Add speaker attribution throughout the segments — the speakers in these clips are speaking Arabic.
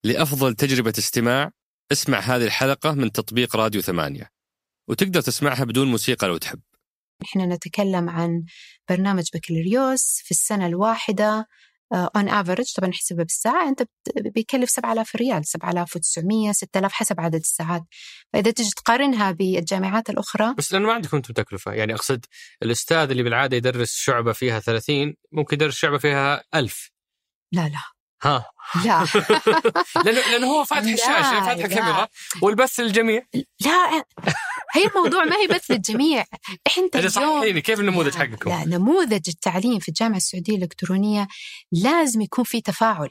Speaker 1: لأفضل تجربة استماع اسمع هذه الحلقة من تطبيق راديو 8، وتقدر تسمعها بدون موسيقى لو تحب.
Speaker 2: إحنا نتكلم عن برنامج بكالوريوس في السنة الواحدة on average، طبعا نحسبها بالساعة، أنت بيكلف 7,000 ريال، 7,900 6,000 حسب عدد الساعات. فإذا تجي تقارنها بالجامعات الأخرى،
Speaker 3: بس لأنه ما عندكم أنتم تكلفة، يعني أقصد الأستاذ اللي بالعادة يدرس شعبة فيها 30 ممكن يدرس شعبة فيها 1000.
Speaker 2: لا
Speaker 3: ها
Speaker 2: لا
Speaker 3: لأنه هو فاتح الشاشة، فاتح الكاميرا والبث للجميع.
Speaker 2: لا، هي الموضوع ما هي بث للجميع. إحنا
Speaker 3: صحيني كيف النموذج حقكم؟
Speaker 2: لا، نموذج التعليم في الجامعة السعودية الإلكترونية لازم يكون فيه تفاعل.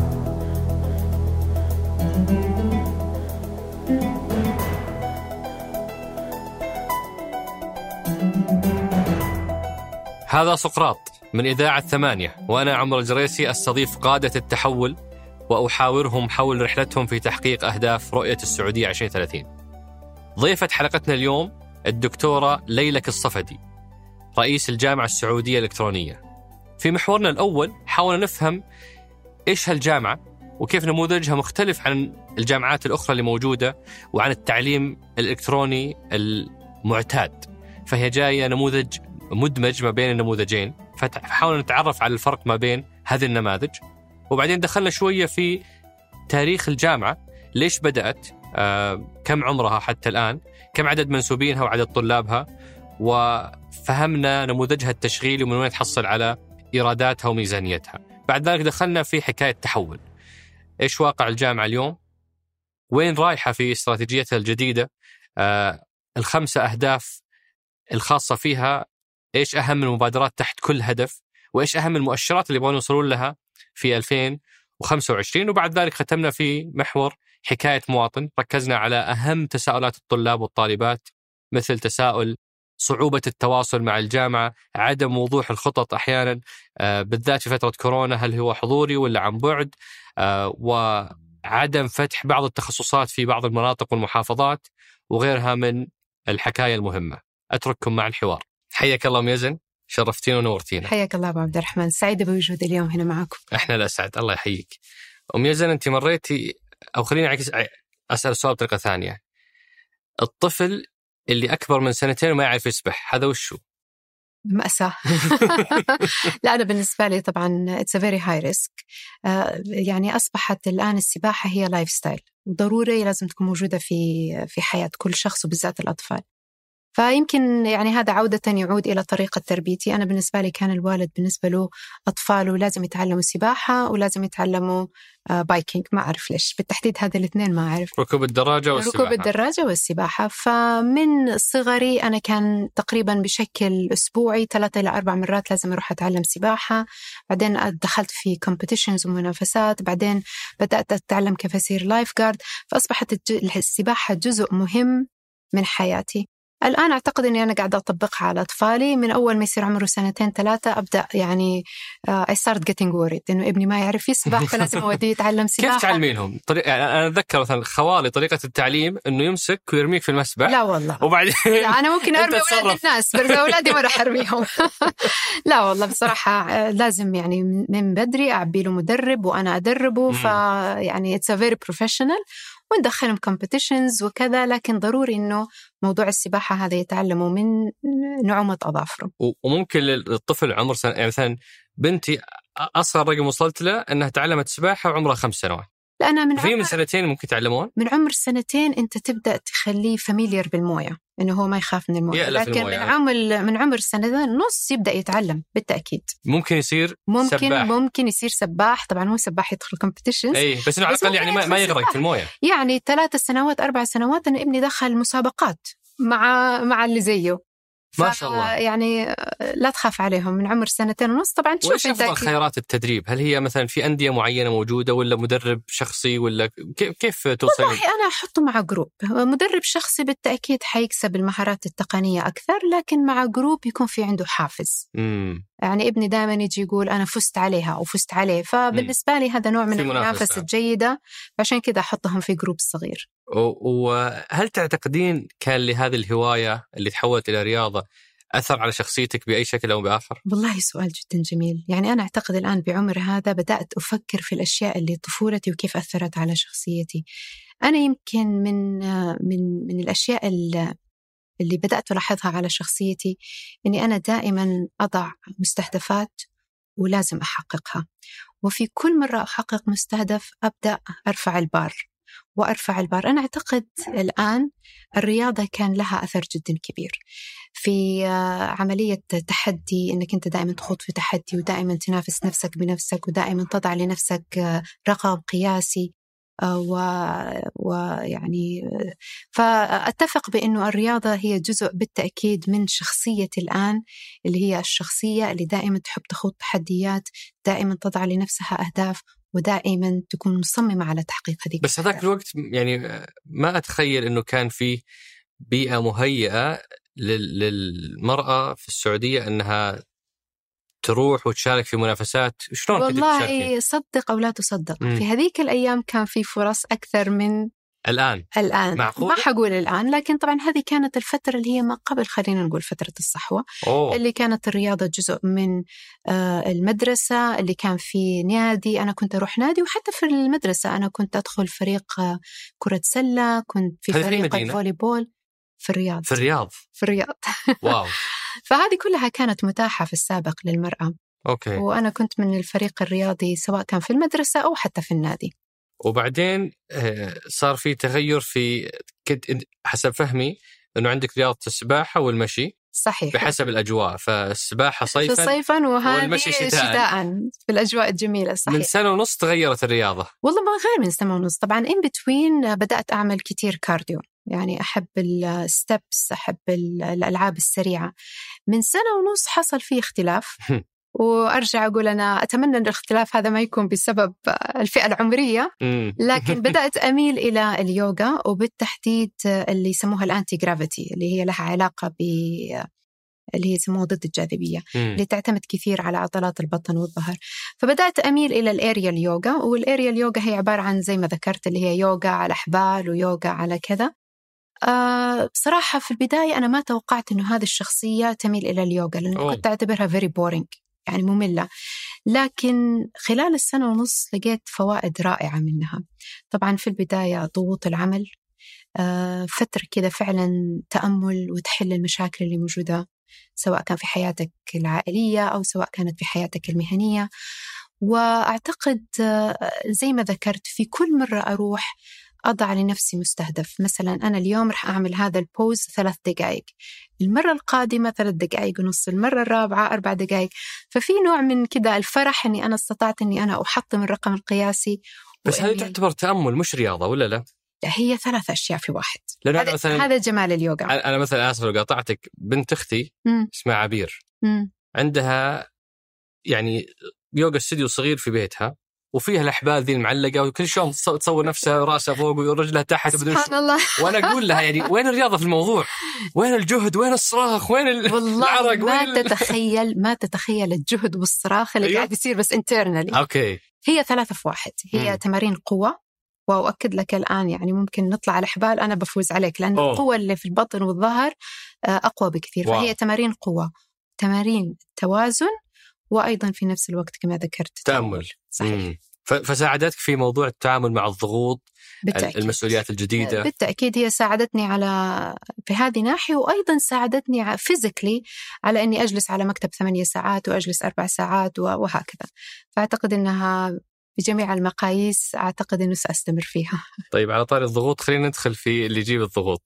Speaker 3: هذا سقراط من إذاعة 8، وأنا عمر الجريسي أستضيف قادة التحول وأحاورهم حول رحلتهم في تحقيق أهداف رؤية السعودية 2030. ضيفة حلقتنا اليوم الدكتورة ليلك الصفدي، رئيس الجامعة السعودية الإلكترونية. في محورنا الأول حاولنا نفهم إيش هالجامعة وكيف نموذجها مختلف عن الجامعات الأخرى اللي موجودة وعن التعليم الإلكتروني المعتاد، فهي جاية نموذج مدمج ما بين النموذجين، فحاولنا نتعرف على الفرق ما بين هذه النماذج. وبعدين دخلنا شوية في تاريخ الجامعة، ليش بدأت، كم عمرها حتى الآن، كم عدد منسوبينها وعدد طلابها، وفهمنا نموذجها التشغيلي ومن وين تحصل على إيراداتها وميزانيتها. بعد ذلك دخلنا في حكاية تحول، إيش واقع الجامعة اليوم، وين رايحة في استراتيجيتها الجديدة، ال5 أهداف الخاصة فيها، إيش أهم المبادرات تحت كل هدف، وإيش أهم المؤشرات اللي يبغون يوصلون لها في 2025. وبعد ذلك ختمنا في محور حكاية مواطن، ركزنا على أهم تساؤلات الطلاب والطالبات، مثل تساؤل صعوبة التواصل مع الجامعة، عدم وضوح الخطط أحيانا، بالذات في فترة كورونا، هل هو حضوري ولا عن بعد، وعدم فتح بعض التخصصات في بعض المناطق والمحافظات، وغيرها من الحكاية المهمة. أترككم مع الحوار. حياك الله أم يزن، شرفتينا ونورتينا.
Speaker 2: حياك الله أبو عبد الرحمن، سعيدة بوجودي اليوم هنا معكم.
Speaker 3: إحنا الأسعد، الله يحييك. أم يزن، أنت مريتي، أو خليني أسأل السؤال بطريقة ثانية، الطفل اللي أكبر من 2 وما يعرف يسبح، هذا وشو؟
Speaker 2: مأساة. لا، أنا بالنسبة لي طبعا it's a very high risk. يعني أصبحت الآن السباحة هي لايف ستايل، وضروري لازم تكون موجودة في حياة كل شخص وبالذات الأطفال. فيمكن يعني هذا عودة يعود إلى طريقة تربيتي. أنا بالنسبة لي كان الوالد بالنسبة له أطفاله لازم يتعلموا السباحة ولازم يتعلموا بايكينج، ما أعرف ليش بالتحديد هذا الاثنين، ما أعرف،
Speaker 3: ركوب الدراجة
Speaker 2: والسباحة. فمن صغري أنا كان تقريبا بشكل أسبوعي 3 إلى 4 مرات لازم أروح أتعلم سباحة. بعدين دخلت في كومبيتيشنز ومنافسات، بعدين بدأت أتعلم كيف أصير لايف جارد، فأصبحت السباحة جزء مهم من حياتي. الآن أعتقد أني أنا قاعدة أطبقها على أطفالي من أول ما يصير عمره 2-3 أبدأ يعني I start getting worried إنه ابني ما يعرف يسبح، فلازم أوديه يتعلم سباحة.
Speaker 3: كيف تعلمينهم؟ يعني أنا أتذكر مثلا خوالي طريقة التعليم إنه يمسك ويرميك في المسبح.
Speaker 2: لا والله.
Speaker 3: وبعدين
Speaker 2: لا، أنا ممكن أرمي أولاد الناس، بس أولادي ما راح أرميهم. لا والله، بصراحة لازم يعني من بدري أعبي له مدرب وأنا أدربه، فيعني it's a very professional، وندخلهم competitions وكذا. لكن ضروري إنه موضوع السباحة هذا يتعلموا من نعومة أظافره.
Speaker 3: وممكن للطفل عمر سنة، يعني مثلا بنتي أصغر رقم وصلت له أنها تعلمت سباحة وعمرها 5 سنوات.
Speaker 2: لا، أنا
Speaker 3: من 2 ممكن تعلمون.
Speaker 2: من عمر 2 أنت تبدأ تخليه فاميليار بالموية، إنه هو ما يخاف من الموية. لكن من عمر 2.5 يبدأ يتعلم بالتأكيد.
Speaker 3: ممكن يصير سباح.
Speaker 2: ممكن يصير سباح، طبعا مو سباح يدخل كومبيتيشنز.
Speaker 3: أي، بس إنه على الأقل يعني ما يغرق في الموية.
Speaker 2: يعني 3 سنوات 4 سنوات أنا ابني دخل مسابقات مع اللي زيه،
Speaker 3: ما شاء الله.
Speaker 2: يعني لا تخاف عليهم من عمر 2.5. طبعا تشوف
Speaker 3: وإيش أفضل خيارات التدريب؟ هل هي مثلا في أندية معينة موجودة، ولا مدرب شخصي، ولا كيف توصل؟
Speaker 2: والله أنا أحطه مع جروب. مدرب شخصي بالتأكيد حيكسب المهارات التقنية أكثر، لكن مع جروب يكون في عنده حافز. يعني ابني دائما يجي يقول أنا فزت عليها أو فزت عليه، فبالنسبة لي هذا نوع من المنافسة الجيدة، عشان كذا أحطهم في جروب صغير.
Speaker 3: وهل تعتقدين كان لهذه الهواية اللي تحولت إلى رياضة أثر على شخصيتك بأي شكل أو بآخر؟
Speaker 2: والله سؤال جدا جميل. يعني أنا أعتقد الآن بعمر هذا بدأت أفكر في الأشياء اللي طفولتي وكيف أثرت على شخصيتي. أنا يمكن من الأشياء اللي بدأت ألاحظها على شخصيتي إني أنا دائما أضع مستهدفات ولازم أحققها، وفي كل مرة أحقق مستهدف أبدأ أرفع البار. أنا أعتقد الآن الرياضة كان لها أثر جدا كبير في عملية تحدي، إنك أنت دائما تخوض في تحدي ودائما تنافس نفسك بنفسك ودائما تضع لنفسك رقم قياسي. ويعني فأتفق بأنه الرياضة هي جزء بالتأكيد من شخصيتي الآن، اللي هي الشخصية اللي دائما تحب تخوض تحديات، دائما تضع لنفسها أهداف، ودائما تكون مصممة على تحقيق هذه.
Speaker 3: بس هذاك الوقت يعني ما أتخيل أنه كان في بيئة مهيئة للمرأة في السعودية أنها تروح وتشارك في منافسات. شلون
Speaker 2: والله صدق أو لا تصدق، في هذيك الأيام كان في فرص أكثر من
Speaker 3: الآن.
Speaker 2: معقول؟ ما حقول الآن، لكن طبعا هذه كانت الفترة اللي هي ما قبل، خلينا نقول فترة الصحوة. اللي كانت الرياضة جزء من المدرسة، اللي كان في نادي، أنا كنت أروح نادي، وحتى في المدرسة أنا كنت أدخل فريق كرة سلة، كنت في فريق الفولي بول في الرياض.
Speaker 3: واو.
Speaker 2: فهذه كلها كانت متاحة في السابق للمرأة.
Speaker 3: أوكي.
Speaker 2: وأنا كنت من الفريق الرياضي سواء كان في المدرسة أو حتى في النادي.
Speaker 3: وبعدين صار في تغير في حسب فهمي أنه عندك رياضة السباحة والمشي.
Speaker 2: صحيح.
Speaker 3: بحسب الأجواء، فالسباحة صيفاً
Speaker 2: وهذه شتاء في الأجواء الجميلة. صحيح.
Speaker 3: من سنة ونص تغيرت الرياضة.
Speaker 2: والله ما غير من سنة ونص طبعاً. in between بدأت أعمل كتير كارديو، يعني أحب الستبس، أحب الألعاب السريعة. من سنة ونص حصل فيه اختلاف وأرجع أقول أنا أتمنى أن الاختلاف هذا ما يكون بسبب الفئة العمرية، لكن بدأت أميل إلى اليوغا، وبالتحديد اللي يسموها الأنتي جرافيتي، اللي هي لها علاقة اللي هي يسموها ضد الجاذبية، اللي تعتمد كثير على عضلات البطن والظهر. فبدأت أميل إلى الأريال يوغا، والأريال يوغا هي عبارة عن زي ما ذكرت اللي هي يوغا على حبال ويوغا على كذا. بصراحة في البداية أنا ما توقعت إنه هذه الشخصية تميل إلى اليوغا، لأنه كنت أعتبرها very boring، يعني مملة. لكن خلال السنة ونص لقيت فوائد رائعة منها. طبعا في البداية ضغوط العمل، فترة كده فعلا تأمل وتحل المشاكل اللي موجودة سواء كان في حياتك العائلية أو سواء كانت في حياتك المهنية. وأعتقد زي ما ذكرت في كل مرة أروح أضع لنفسي مستهدف. مثلا أنا اليوم رح أعمل هذا البوز 3 دقائق، المرة القادمة 3 دقائق ونص، المرة الرابعة 4 دقائق. ففي نوع من كده الفرح أني أنا استطعت أني أنا أحطم الرقم القياسي.
Speaker 3: بس هذه تعتبر تأمل مش رياضة ولا لا؟
Speaker 2: هي 3 أشياء في واحد.
Speaker 3: هذا
Speaker 2: جمال اليوغا.
Speaker 3: أنا مثلا آسف لو قاطعتك، بنت أختي اسمها عبير، عندها يعني يوغا استوديو صغير في بيتها، وفيها الأحبال ذي المعلقة، وكل شيء تصور نفسها رأسها فوق ورجلها تحت.
Speaker 2: سبحان الله.
Speaker 3: وأنا أقول لها يعني وين الرياضة في الموضوع؟ وين الجهد؟ وين الصراخ؟ وين العرق؟
Speaker 2: ما تتخيل الجهد والصراخ اللي قاعد يصير بس internally.
Speaker 3: أوكي.
Speaker 2: هي 3 في واحد. هي تمارين قوة، وأؤكد لك الآن يعني ممكن نطلع على الحبال أنا بفوز عليك، لأن القوة اللي في البطن والظهر أقوى بكثير. فهي تمارين قوة، تمارين توازن، وأيضا في نفس الوقت كما ذكرت
Speaker 3: تأمل.
Speaker 2: صحيح.
Speaker 3: فساعدتك في موضوع التعامل مع الضغوط،
Speaker 2: بالتأكيد.
Speaker 3: المسؤوليات الجديدة.
Speaker 2: بالتأكيد هي ساعدتني في هذه ناحية، وأيضا ساعدتني فيزيكلي على أني أجلس على مكتب 8 ساعات وأجلس 4 ساعات وهكذا. فأعتقد أنها بجميع المقاييس أعتقد أنه سأستمر فيها.
Speaker 3: طيب على طاري الضغوط خلينا ندخل في اللي يجيب الضغوط.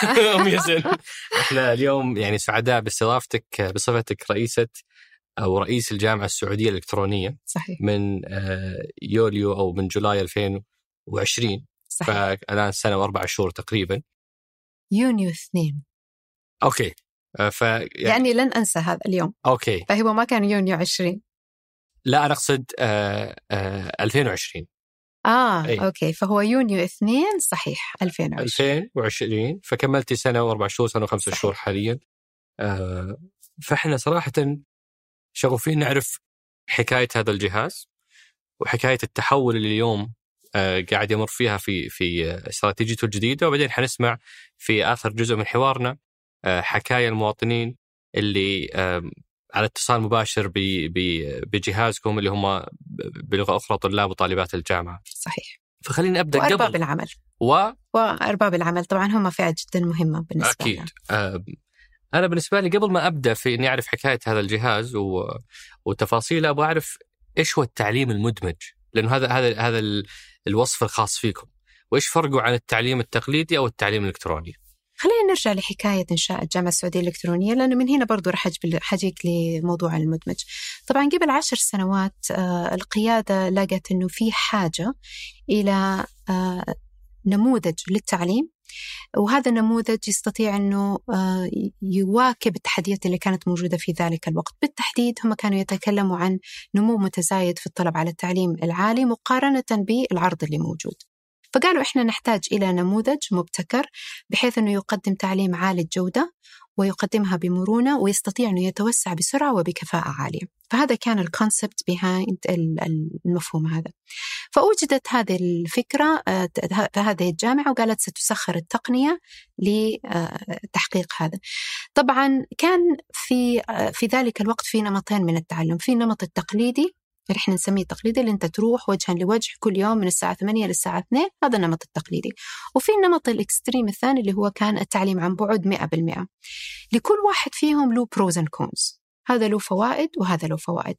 Speaker 3: احنا اليوم يعني سعداء باستضافتك بصفتك رئيس الجامعة السعودية الإلكترونية.
Speaker 2: صحيح.
Speaker 3: من يوليو أو من جولاي 2020.
Speaker 2: صحيح.
Speaker 3: فالآن سنة و4 شهور تقريبا.
Speaker 2: يونيو 2.
Speaker 3: أوكي.
Speaker 2: يعني لن أنسى هذا اليوم.
Speaker 3: أوكي.
Speaker 2: فهو ما كان يونيو 20.
Speaker 3: لا أنا أقصد 2020.
Speaker 2: أوكي. فهو يونيو 2 صحيح
Speaker 3: 2020. فكملتي سنة و4 شهور، سنة و5 شهور حاليا. فإحنا صراحة شغوفين نعرف حكاية هذا الجهاز وحكاية التحول اللي اليوم قاعد يمر فيها في استراتيجيته الجديدة. وبعدين حنسمع في آخر جزء من حوارنا حكاية المواطنين اللي على اتصال مباشر بجهازكم اللي هم بلغة أخرى طلاب وطالبات الجامعة.
Speaker 2: صحيح.
Speaker 3: فخليني أبدأ
Speaker 2: وأرباب العمل. وأرباب العمل طبعا هم فئة جدا مهمة بالنسبة
Speaker 3: أكيد. أنا بالنسبة لي قبل ما أبدأ في إني أعرف حكاية هذا الجهاز وتفاصيله، أبغى أعرف إيش هو التعليم المدمج، لأنه هذا الوصف الخاص فيكم، وإيش فرقه عن التعليم التقليدي أو التعليم الإلكتروني.
Speaker 2: خلينا نرجع لحكاية إنشاء الجامعة السعودية الإلكترونية، لأنه من هنا برضو رح حجيك لموضوع المدمج. طبعا قبل 10 سنوات القيادة لقت أنه في حاجة إلى نموذج للتعليم، وهذا النموذج يستطيع أنه يواكب التحديات اللي كانت موجودة في ذلك الوقت. بالتحديد هم كانوا يتكلموا عن نمو متزايد في الطلب على التعليم العالي مقارنة بالعرض اللي موجود. فقالوا إحنا نحتاج إلى نموذج مبتكر بحيث أنه يقدم تعليم عالي الجودة ويقدمها بمرونة ويستطيع أنه يتوسع بسرعة وبكفاءة عالية. فهذا كان الكونسبت behind المفهوم هذا. فأوجدت هذه الفكرة في هذه الجامعة وقالت ستسخر التقنية لتحقيق هذا. طبعا كان في ذلك الوقت في نمطين من التعلم. في النمط التقليدي اللي احنا نسميه تقليدي، اللي انت تروح وجها لوجه كل يوم من الساعة 8 للساعة 2، هذا النمط التقليدي. وفي النمط الاكستريم الثاني اللي هو كان التعليم عن بعد 100%. لكل واحد فيهم له pros and cons، هذا له فوائد وهذا له فوائد.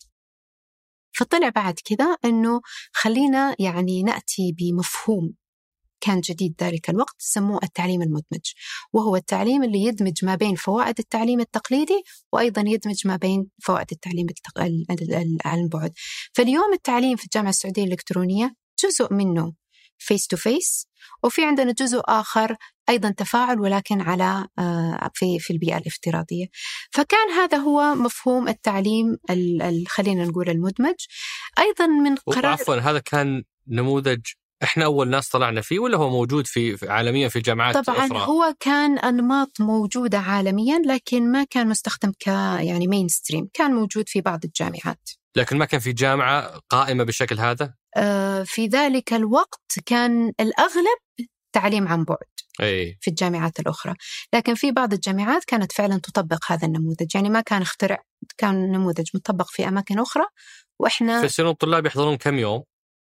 Speaker 2: فطلع بعد كذا انه خلينا يعني نأتي بمفهوم كان جديد ذلك الوقت سموه التعليم المدمج، وهو التعليم اللي يدمج ما بين فوائد التعليم التقليدي وأيضا يدمج ما بين فوائد التعليم عن بعد. فاليوم التعليم في الجامعة السعودية الإلكترونية جزء منه face to face، وفي عندنا جزء آخر أيضا تفاعل ولكن على في البيئة الافتراضية. فكان هذا هو مفهوم التعليم خلينا نقول المدمج. أيضا من قرار
Speaker 3: عفوا، هذا كان نموذج إحنا أول ناس طلعنا فيه ولا هو موجود في عالميا في جامعات
Speaker 2: طبعا
Speaker 3: أخرى؟
Speaker 2: هو كان أنماط موجودة عالميا لكن ما كان مستخدم يعني مين ستريم، كان موجود في بعض الجامعات
Speaker 3: لكن ما كان في جامعة قائمة بالشكل هذا.
Speaker 2: في ذلك الوقت كان الأغلب تعليم عن بعد في الجامعات الأخرى، لكن في بعض الجامعات كانت فعلا تطبق هذا النموذج، يعني ما كان اخترع، كان نموذج مطبق في أماكن أخرى. وإحنا
Speaker 3: في السنة الطلاب يحضرون كم يوم؟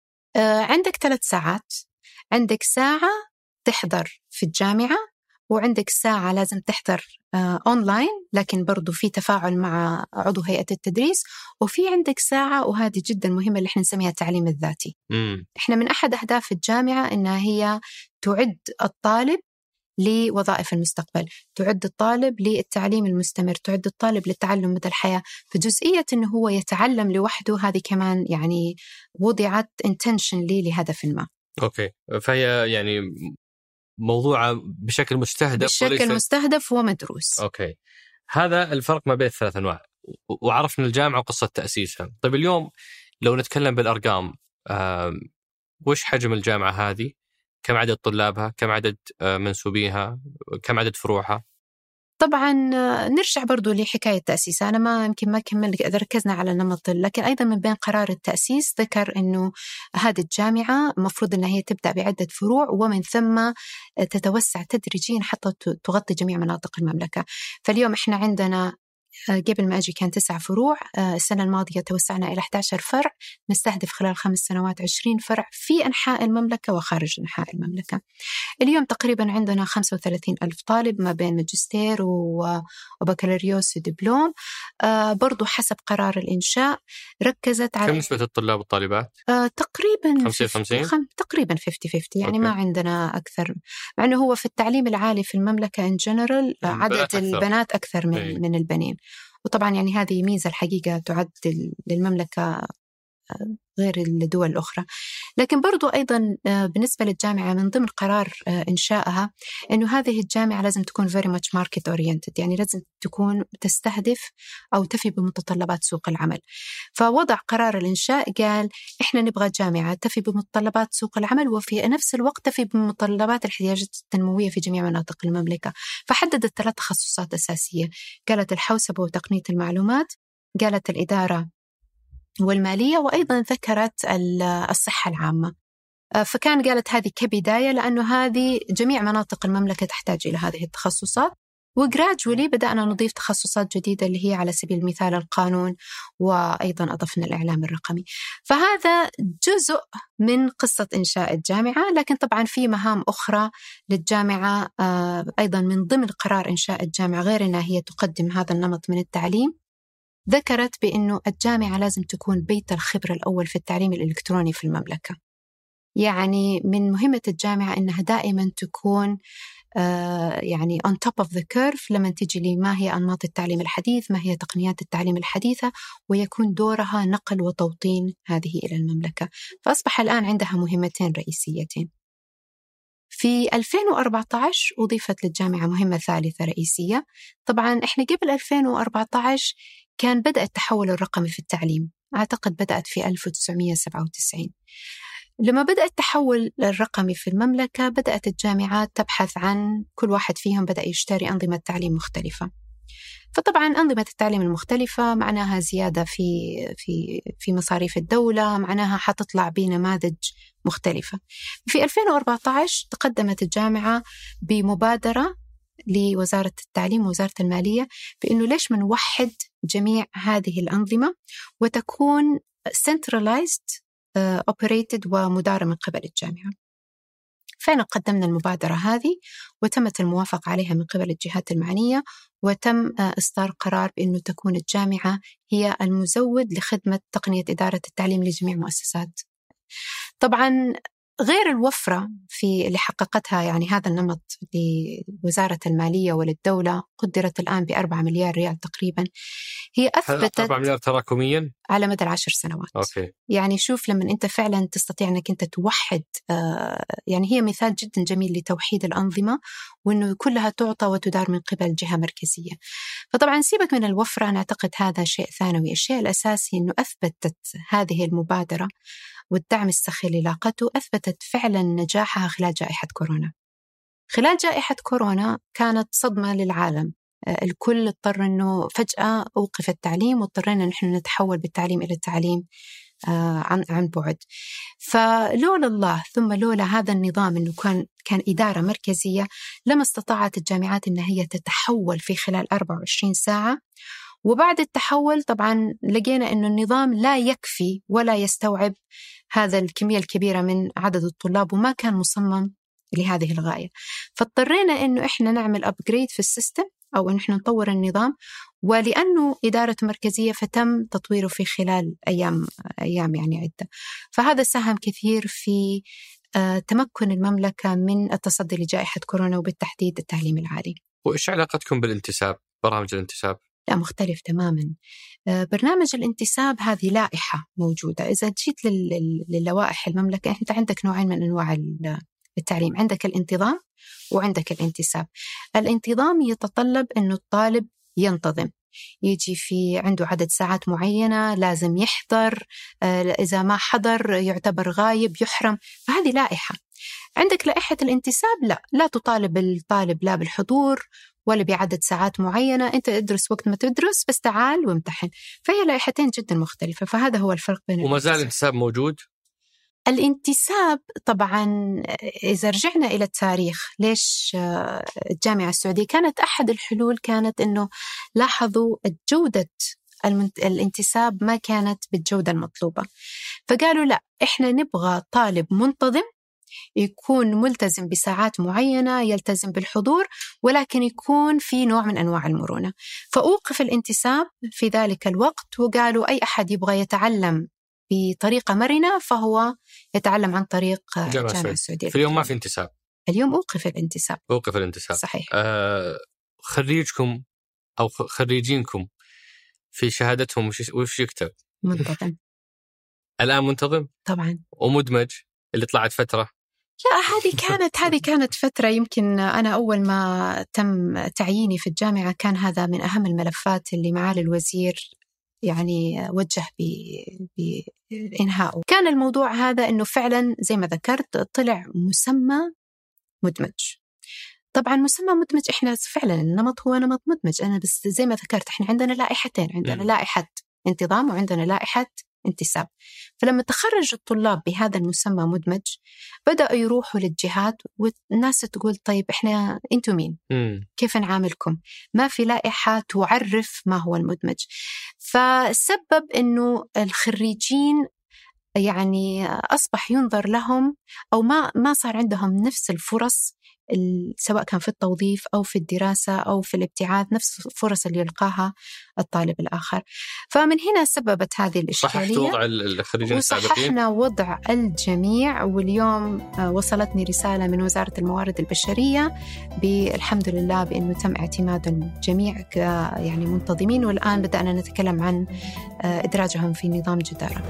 Speaker 2: عندك 3 ساعات، عندك ساعة تحضر في الجامعة وعندك ساعة لازم تحضر أونلاين لكن برضو في تفاعل مع عضو هيئة التدريس، وفي عندك ساعة وهذه جدا مهمة اللي احنا نسميها التعليم الذاتي. احنا من أحد أهداف الجامعة إنها هي تعد الطالب لوظائف المستقبل، تعد الطالب للتعليم المستمر، تعد الطالب للتعلم مدى الحياة. فجزئية إنه هو يتعلم لوحده هذه كمان يعني وضعت intention لهدف ما.
Speaker 3: أوكي، فهي يعني موضوع بشكل مستهدف
Speaker 2: ومدروس.
Speaker 3: أوكي، هذا الفرق ما بين الثلاث أنواع. وعرفنا الجامعة وقصة تأسيسها. طيب اليوم لو نتكلم بالأرقام، وش حجم الجامعة هذه؟ كم عدد طلابها؟ كم عدد منسوبيها؟ كم عدد فروعها؟
Speaker 2: طبعا نرجع برضو لحكاية التأسيس. أنا ما يمكن ما كمل ركزنا على النمط، لكن أيضا من بين قرار التأسيس ذكر أنه هذه الجامعة مفروض أنها هي تبدأ بعدة فروع ومن ثم تتوسع تدريجيا حتى تغطي جميع مناطق المملكة. فاليوم إحنا عندنا قبل ما أجي كان 9 فروع، السنة الماضية توسعنا إلى 11 فرع، نستهدف خلال 5 سنوات 20 فرع في أنحاء المملكة وخارج أنحاء المملكة. اليوم تقريبا عندنا 35,000 طالب ما بين ماجستير وبكالوريوس ودبلوم. برضو حسب قرار الإنشاء ركزت على
Speaker 3: كم نسبة الطلاب والطالبات؟
Speaker 2: تقريبا
Speaker 3: 50-50
Speaker 2: تقريبا 50-50 يعني
Speaker 3: أوكي.
Speaker 2: ما عندنا أكثر، مع أنه هو في التعليم العالي في المملكة in general عدد البنات أكثر من البنين. وطبعا يعني هذه ميزة الحقيقة تعد للمملكة غير الدول الأخرى. لكن برضو أيضا بالنسبة للجامعة من ضمن قرار إنشائها أنه هذه الجامعة لازم تكون very much market oriented، يعني لازم تكون تستهدف أو تفي بمتطلبات سوق العمل. فوضع قرار الإنشاء قال إحنا نبغى جامعة تفي بمتطلبات سوق العمل وفي نفس الوقت تفي بمتطلبات الاحتياجات التنموية في جميع مناطق المملكة. فحددت 3 تخصصات أساسية، قالت الحوسبة وتقنية المعلومات، قالت الإدارة والمالية، وأيضا ذكرت الصحة العامة. فكان قالت هذه كبداية لأنه هذه جميع مناطق المملكة تحتاج إلى هذه التخصصات، وجراجولي بدأنا نضيف تخصصات جديدة اللي هي على سبيل المثال القانون، وأيضا أضفنا الإعلام الرقمي. فهذا جزء من قصة إنشاء الجامعة، لكن طبعا في مهام أخرى للجامعة أيضا من ضمن قرار إنشاء الجامعة، غير أنها هي تقدم هذا النمط من التعليم. ذكرت بأنه الجامعة لازم تكون بيت الخبرة الأول في التعليم الإلكتروني في المملكة. يعني من مهمة الجامعة أنها دائما تكون يعني on top of the curve لما تجي لي ما هي أنماط التعليم الحديث، ما هي تقنيات التعليم الحديثة، ويكون دورها نقل وتوطين هذه إلى المملكة. فأصبح الآن عندها مهمتين رئيسيتين. في 2014 أضيفت للجامعة مهمة ثالثة رئيسية. طبعا إحنا قبل 2014 كان بدأ التحول الرقمي في التعليم، أعتقد بدأت في 1997. لما بدأ التحول الرقمي في المملكة بدأت الجامعات تبحث عن كل واحد فيهم بدأ يشتري أنظمة تعليم مختلفة. فطبعا أنظمة التعليم المختلفة معناها زيادة في مصاريف الدولة، معناها حتطلع بنماذج مختلفة. في 2014 تقدمت الجامعة بمبادرة لوزارة التعليم ووزارة المالية بأنه ليش ما نوحد جميع هذه الأنظمة وتكون centralized operated ومدارة من قبل الجامعة. فأنا قدمنا المبادرة هذه وتمت الموافقة عليها من قبل الجهات المعنية، وتم إصدار قرار بأنه تكون الجامعة هي المزود لخدمة تقنية إدارة التعليم لجميع مؤسسات. طبعاً غير الوفرة اللي حققتها يعني هذا النمط لوزارة المالية وللدولة قدرت الآن ب4 مليار ريال تقريبا، هي أثبتت
Speaker 3: 4 مليار تراكميا
Speaker 2: على مدى 10 سنوات.
Speaker 3: أوكي.
Speaker 2: يعني شوف لما أنت فعلا تستطيع أنك أنت توحد، يعني هي مثال جدا جميل لتوحيد الأنظمة وأنه كلها تعطى وتدار من قبل جهة مركزية. فطبعا سيبك من الوفرة، أنا أعتقد هذا شيء ثانوي. الشيء الأساسي أنه أثبتت هذه المبادرة والدعم السخي اللي لاقته أثبتت فعلا نجاحها خلال جائحة كورونا. خلال جائحة كورونا كانت صدمة للعالم، الكل اضطر أنه فجأة أوقف التعليم واضطرينا نحن نتحول بالتعليم إلى التعليم عن بعد. فلولا الله ثم لولا هذا النظام أنه كان إدارة مركزية لما استطاعت الجامعات أن هي تتحول في خلال 24 ساعة. وبعد التحول طبعا لقينا أنه النظام لا يكفي ولا يستوعب هذا الكمية الكبيرة من عدد الطلاب وما كان مصمم لهذه الغاية. فاضطرينا أنه إحنا نعمل أبجريد في السيستم أو أن إحنا نطور النظام، ولأنه إدارة مركزية فتم تطويره في خلال أيام يعني عدة. فهذا ساهم كثير في تمكن المملكة من التصدي لجائحة كورونا وبالتحديد التعليم العالي.
Speaker 3: وإيش علاقتكم بالانتساب، برامج الانتساب؟
Speaker 2: لا، مختلف تماما. برنامج الانتساب هذه لائحة موجودة. إذا جيت للوائح المملكة أنت عندك نوعين من أنواع التعليم، عندك الانتظام وعندك الانتساب. الانتظام يتطلب أنه الطالب ينتظم، يجي في عنده عدد ساعات معينة لازم يحضر، إذا ما حضر يعتبر غايب يحرم، فهذه لائحة. عندك لائحة الانتساب لا تطالب الطالب لا بالحضور ولا بعدد ساعات معينة، أنت ادرس وقت ما تدرس بس تعال وامتحن. فهي لائحتين جدا مختلفة، فهذا هو الفرق بين
Speaker 3: وما زال الانتساب موجود؟
Speaker 2: الانتساب طبعا إذا رجعنا إلى التاريخ، ليش الجامعة السعودية كانت أحد الحلول كانت أنه لاحظوا جودة الانتساب ما كانت بالجودة المطلوبة، فقالوا لا، إحنا نبغى طالب منتظم يكون ملتزم بساعات معينة، يلتزم بالحضور، ولكن يكون في نوع من أنواع المرونة. فأوقف الانتساب في ذلك الوقت وقالوا أي أحد يبغى يتعلم بطريقة مرنة فهو يتعلم عن طريق الجامعة السعودية.
Speaker 3: في اليوم ما في انتساب؟
Speaker 2: اليوم أوقف الانتساب.
Speaker 3: أوقف الانتساب،
Speaker 2: صحيح.
Speaker 3: خريجكم أو خريجينكم في شهادتهم وش يكتب؟
Speaker 2: منتظم.
Speaker 3: الآن منتظم؟
Speaker 2: طبعا.
Speaker 3: ومدمج اللي طلعت فترة؟
Speaker 2: لا، هذه كانت فترة. يمكن أنا أول ما تم تعييني في الجامعة كان هذا من أهم الملفات اللي معالي الوزير يعني وجه بإنهائه. كان الموضوع هذا أنه فعلا زي ما ذكرت طلع مسمى مدمج. طبعا مسمى مدمج إحنا فعلا النمط هو نمط مدمج، أنا بس زي ما ذكرت إحنا عندنا لائحتين، عندنا لائحة انتظام وعندنا لائحة انتساب. فلما تخرج الطلاب بهذا المسمى مدمج بدأوا يروحوا للجهات والناس تقول طيب إحنا أنتم مين؟ كيف نعاملكم؟ ما في لائحة تعرف ما هو المدمج. فسبب أنه الخريجين يعني أصبح ينظر لهم أو ما صار عندهم نفس الفرص، سواء كان في التوظيف أو في الدراسة أو في الابتعاث، نفس الفرص اللي يلقاها الطالب الآخر. فمن هنا سببت هذه الإشكالية.
Speaker 3: صححت وضع الخريجين السابقين؟
Speaker 2: وصححنا وضع الجميع. واليوم وصلتني رسالة من وزارة الموارد البشرية بالحمد لله بأنه تم اعتماد الجميع يعني منتظمين، والآن بدأنا نتكلم عن إدراجهم في نظام جدارة.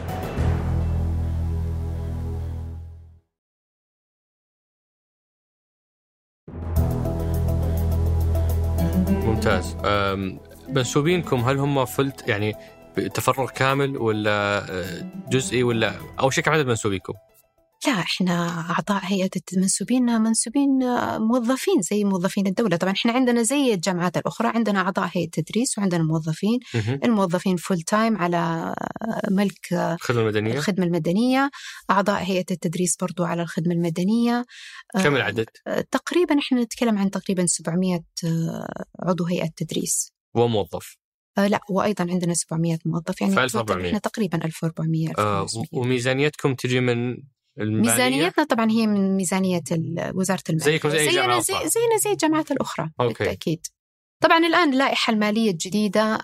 Speaker 3: ممتاز. منسوبينكم هل هم فلت يعني تفرغ كامل ولا جزئي ولا أو شيء عدد منسوبينكم؟
Speaker 2: لا، إحنا أعضاء هيئة المنسوبين موظفين زي موظفين الدولة. طبعا إحنا عندنا زي الجامعات الأخرى عندنا أعضاء هيئة تدريس وعندنا موظفين. الموظفين فول تايم على ملك الخدمة المدنية، أعضاء هيئة التدريس برضو على الخدمة المدنية.
Speaker 3: كم العدد؟
Speaker 2: تقريبا إحنا نتكلم عن تقريبا 700 عضو هيئة تدريس
Speaker 3: وموظف.
Speaker 2: لا، وأيضا عندنا 700 موظف، يعني
Speaker 3: 1400.
Speaker 2: إحنا تقريبا 1400.
Speaker 3: وميزانيتكم تجي من المالية؟
Speaker 2: ميزانيتنا طبعا هي من ميزانية وزارة المالية،
Speaker 3: زيكم زي الجامعة
Speaker 2: زينا زي الجامعات الأخرى.
Speaker 3: أوكي.
Speaker 2: بالتأكيد. طبعا الآن اللائحة المالية الجديدة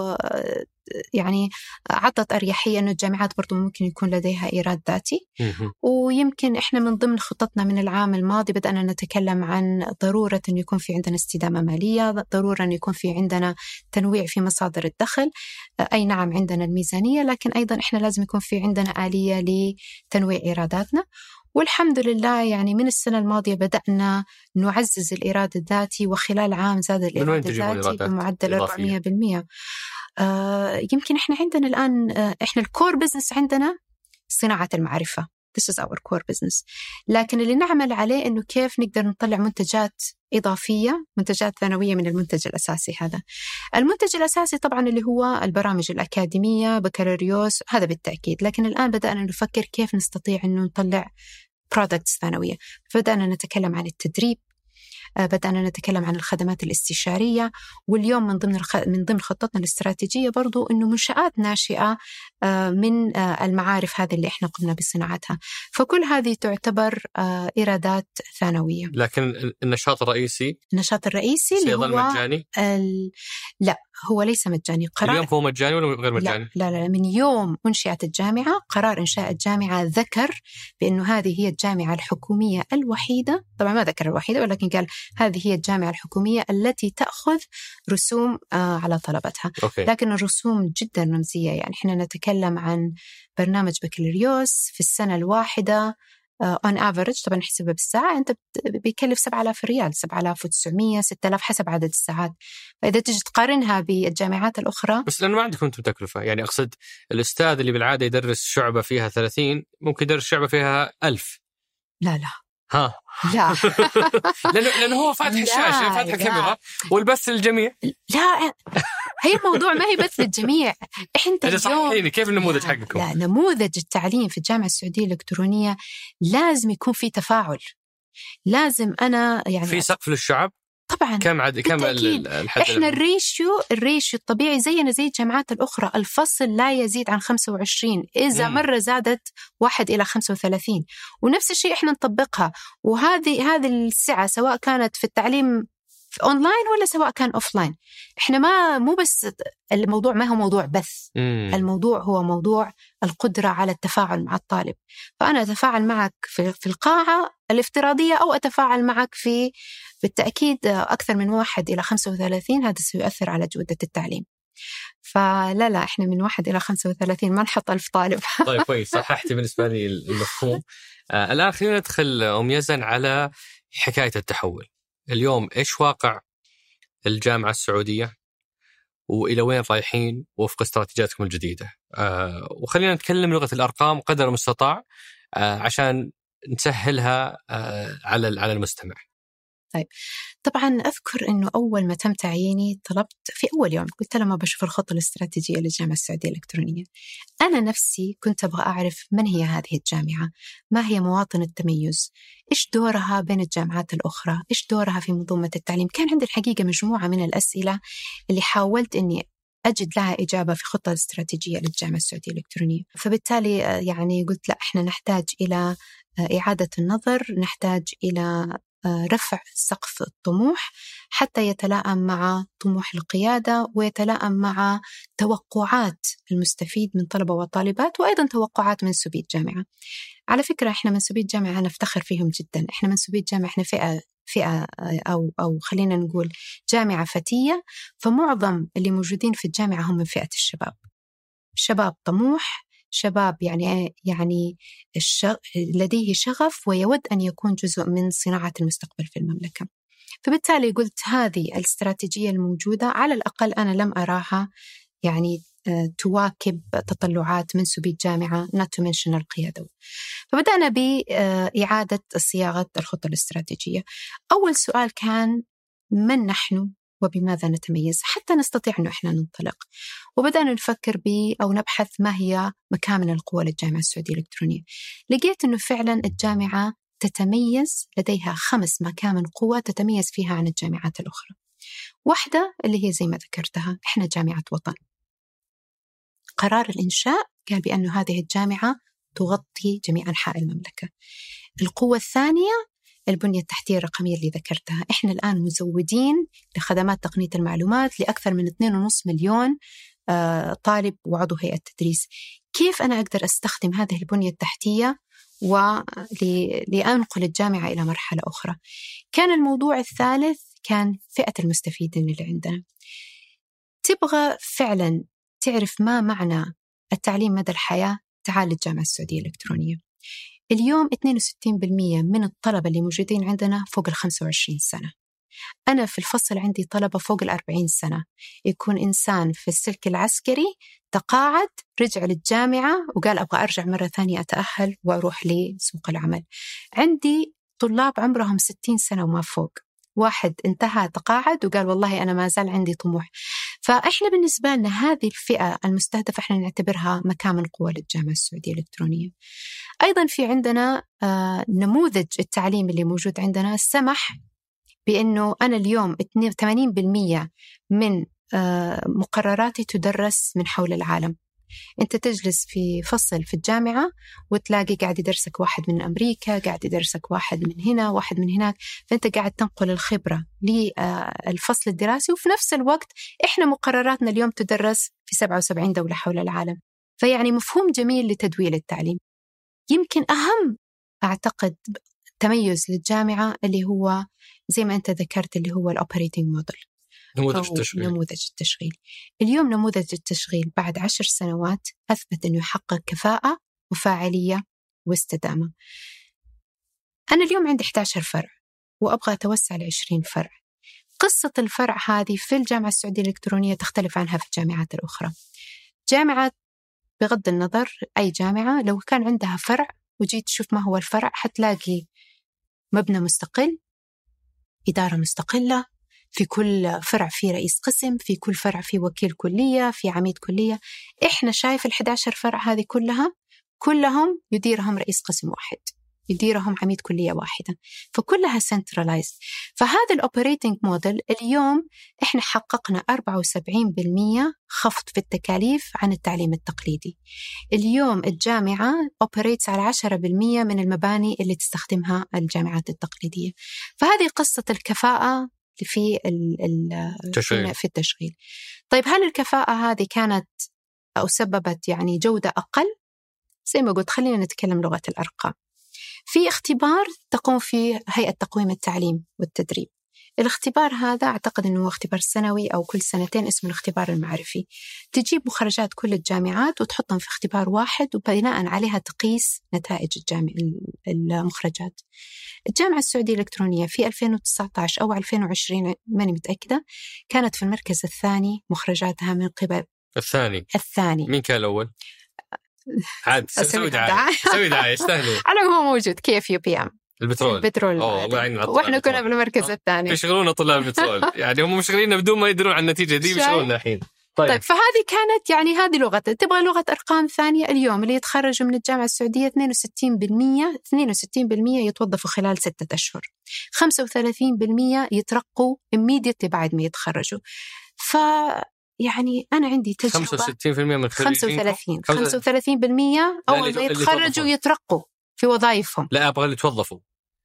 Speaker 2: يعني عطت أريحية أن الجامعات برضو ممكن يكون لديها إيراد ذاتي. ويمكن إحنا من ضمن خطتنا من العام الماضي بدأنا نتكلم عن ضرورة أن يكون في عندنا استدامة مالية، ضرورة أن يكون في عندنا تنويع في مصادر الدخل. أي نعم عندنا الميزانية، لكن أيضا إحنا لازم يكون في عندنا آلية لتنويع إيراداتنا. والحمد لله يعني من السنة الماضية بدأنا نعزز الإيراد الذاتي، وخلال عام زاد الإيراد الذاتي بمعدل 400%. يمكن إحنا عندنا الآن إحنا الكور بزنس عندنا صناعة المعرفة. This is our core business. لكن اللي نعمل عليه إنه كيف نقدر نطلع منتجات إضافية، منتجات ثانوية من المنتج الأساسي. هذا المنتج الأساسي طبعا اللي هو البرامج الأكاديمية، بكالوريوس، هذا بالتأكيد. لكن الآن بدأنا نفكر كيف نستطيع إنه نطلع products ثانوية. بدأنا نتكلم عن التدريب، بدأنا نتكلم عن الخدمات الاستشارية، واليوم من ضمن خطتنا الاستراتيجية برضو إنه منشآت ناشئة من المعارف هذه اللي إحنا قمنا بصناعتها. فكل هذه تعتبر إيرادات ثانوية.
Speaker 3: لكن النشاط الرئيسي
Speaker 2: اللي هو
Speaker 3: مجاني؟
Speaker 2: لا، هو ليس مجاني.
Speaker 3: اليوم هو مجاني ولا غير مجاني؟
Speaker 2: لا، من يوم أنشئت الجامعة قرار إنشاء الجامعة ذكر بأنه هذه هي الجامعة الحكومية الوحيدة، طبعا ما ذكر الوحيدة ولكن قال هذه هي الجامعة الحكومية التي تأخذ رسوم على طلبتها.
Speaker 3: أوكي.
Speaker 2: لكن الرسوم جدا رمزية، يعني إحنا نتكلم عن برنامج بكالوريوس في السنة الواحدة on average، طبعا نحسبها بالساعة، أنت بيكلف 7,000 ريال، 7,900 6,000 حسب عدد الساعات. فإذا تجي تقارنها بالجامعات الأخرى،
Speaker 3: بس لأنه ما عندكم أنتم تكلفة، يعني أقصد الأستاذ اللي بالعادة يدرس شعبة فيها 30 ممكن يدرس شعبة فيها 1000.
Speaker 2: لا
Speaker 3: لا لأنه هو فاتح الشاشة، فاتح الكاميرا والبث للجميع.
Speaker 2: لا، هي الموضوع ما هي بث للجميع.
Speaker 3: إحنا صحيحين كيف النموذج حقكم؟
Speaker 2: لا، نموذج التعليم في الجامعة السعودية الإلكترونية لازم يكون في تفاعل. لازم أنا يعني
Speaker 3: في سقف للشعب
Speaker 2: طبعا.
Speaker 3: كم الحد؟
Speaker 2: إحنا الريشيو الطبيعي زينا زي الجامعات الأخرى، الفصل لا يزيد عن 25، إذا مرة زادت 1 إلى 35. ونفس الشيء إحنا نطبقها. وهذه السعة سواء كانت في التعليم أونلاين ولا سواء كان أوفلاين. إحنا مو بس الموضوع ما هو موضوع بث، الموضوع هو موضوع القدرة على التفاعل مع الطالب. فأنا أتفاعل معك في القاعة الافتراضية أو أتفاعل معك بالتأكيد أكثر من 1 إلى 35. هذا سيؤثر على جودة التعليم. فلا إحنا من 1 إلى 35 ما نحط 1000 طالب.
Speaker 3: طيب كويس، صححتي بالنسبة لي المفهوم. الآن خلينا ندخل أم يزن على حكاية التحول. اليوم إيش واقع الجامعة السعودية وإلى وين رايحين وفق استراتيجياتكم الجديدة؟ وخلينا نتكلم لغة الأرقام قدر المستطاع عشان نسهلها على المستمع.
Speaker 2: طيب طبعا أذكر أنه أول ما تم تعييني طلبت في أول يوم، قلت لما بشوف الخطة الاستراتيجية للجامعة السعودية الإلكترونية، أنا نفسي كنت أبغى أعرف من هي هذه الجامعة، ما هي مواطن التميز، إيش دورها بين الجامعات الأخرى، إيش دورها في منظومة التعليم. كان عندي الحقيقة مجموعة من الأسئلة اللي حاولت أني أجد لها إجابة في خطة استراتيجية للجامعة السعودية الإلكترونية. فبالتالي يعني قلت لا، إحنا نحتاج إلى إعادة النظر، نحتاج إلى رفع سقف الطموح حتى يتلائم مع طموح القيادة ويتلائم مع توقعات المستفيد من طلبة وطالبات، وأيضا توقعات منسوبي الجامعة. على فكرة إحنا منسوبي الجامعة نفتخر فيهم جدا. إحنا منسوبي الجامعة إحنا فئة أو خلينا نقول جامعة فتية، فمعظم اللي موجودين في الجامعة هم من فئة الشباب، شباب طموح، شباب يعني لديه شغف ويود أن يكون جزء من صناعة المستقبل في المملكة. فبالتالي قلت هذه الاستراتيجية الموجودة على الأقل أنا لم أراها يعني تواكب تطلعات منسوبي الجامعة not to mention القيادة. فبدأنا بإعادة صياغة الخطة الاستراتيجية. أول سؤال كان من نحن وبماذا نتميز حتى نستطيع أنه إحنا ننطلق، وبدأنا نفكر أو نبحث ما هي مكامن القوة للجامعة السعودية الإلكترونية. لقيت أنه فعلا الجامعة تتميز، لديها 5 مكامن قوة تتميز فيها عن الجامعات الأخرى. واحدة اللي هي زي ما ذكرتها، إحنا جامعة وطن. قرار الإنشاء قال بأنه هذه الجامعة تغطي جميع أنحاء المملكة. القوة الثانية البنية التحتية الرقمية اللي ذكرتها. إحنا الآن مزودين لخدمات تقنية المعلومات لأكثر من 2.5 مليون طالب وعضو هيئة تدريس. كيف أنا أقدر أستخدم هذه البنية التحتية لأنقل الجامعة إلى مرحلة أخرى؟ كان الموضوع الثالث كان فئة المستفيدين اللي عندنا. تبغى فعلا تعرف ما معنى التعليم مدى الحياة؟ تعال الجامعة السعودية الإلكترونية. اليوم 62% من الطلبة اللي موجودين عندنا فوق 25 سنة. أنا في الفصل عندي طلبة فوق 40 سنة. يكون إنسان في السلك العسكري تقاعد، رجع للجامعة وقال أبغى أرجع مرة ثانية أتأهل وأروح لسوق العمل. عندي طلاب عمرهم 60 سنة وما فوق. واحد انتهى تقاعد وقال والله أنا ما زال عندي طموح. فإحنا بالنسبة لنا هذه الفئة المستهدفة إحنا نعتبرها مكامن قوة للجامعة السعودية الإلكترونية. أيضا في عندنا نموذج التعليم اللي موجود عندنا سمح بأنه أنا اليوم 80% من مقرراتي تدرس من حول العالم. أنت تجلس في فصل في الجامعة وتلاقي قاعد يدرسك واحد من أمريكا، قاعد يدرسك واحد من هنا، واحد من هناك، فأنت قاعد تنقل الخبرة للفصل الدراسي، وفي نفس الوقت إحنا مقرراتنا اليوم تدرس في 77 دولة حول العالم. فيعني مفهوم جميل لتدوير التعليم. يمكن أهم أعتقد تميز للجامعة اللي هو زي ما أنت ذكرت اللي هو الأوبريتنج موديل، نموذج التشغيل. اليوم نموذج التشغيل بعد 10 سنوات أثبت أنه يحقق كفاءة وفاعلية واستدامة. أنا اليوم عندي 11 فرع وأبغى أتوسع ل20 فرع. قصة الفرع هذه في الجامعة السعودية الإلكترونية تختلف عنها في الجامعات الأخرى. جامعات بغض النظر أي جامعة لو كان عندها فرع وجيت تشوف ما هو الفرع حتلاقي مبنى مستقل، إدارة مستقلة، في كل فرع في رئيس قسم، في كل فرع في وكيل كلية، في عميد كلية. إحنا شايف 11 فرع هذه كلهم يديرهم رئيس قسم واحد، يديرهم عميد كلية واحدة، فكلها centralized. فهذا الأوبريتنج موديل اليوم إحنا حققنا 74% خفض في التكاليف عن التعليم التقليدي. اليوم الجامعة operates على 10% من المباني اللي تستخدمها الجامعات التقليدية. فهذه قصة الكفاءة في التشغيل. طيب هل الكفاءة هذه كانت أو سببت يعني جودة أقل؟ زي ما قلت خلينا نتكلم لغة الأرقام. في اختبار تقوم فيه هيئة تقويم التعليم والتدريب. الاختبار هذا أعتقد أنه اختبار سنوي أو كل سنتين اسمه الاختبار المعرفي. تجيب مخرجات كل الجامعات وتحطهم في اختبار واحد وبناء عليها تقيس نتائج المخرجات. الجامعة السعودية الإلكترونية في 2019 أو 2020 ماني متأكدة كانت في المركز الثاني مخرجاتها من قبل الثاني.
Speaker 3: مين كان الأول؟ عاد سوي دعاية استهلوا.
Speaker 2: على هو موجود KFUPM البترول. وإحنا كنا بالمركز الثاني.
Speaker 3: يشغلون طلاب البترول يعني هم مشغلين بدون ما يدرون عن النتيجة دي بيشغلوننا الحين.
Speaker 2: طيب فهذه كانت يعني هذه لغة. تبغى لغة أرقام ثانية، اليوم اللي يتخرجوا من الجامعة السعودية 62% يتوظفوا خلال 6 أشهر، 35% يترقوا immediately بعد ما يتخرجوا. يعني أنا عندي تجربة
Speaker 3: 65% من
Speaker 2: 35% أول ما يتخرجوا يترقوا في وظائفهم.
Speaker 3: لا أبغى اللي يتوظفوا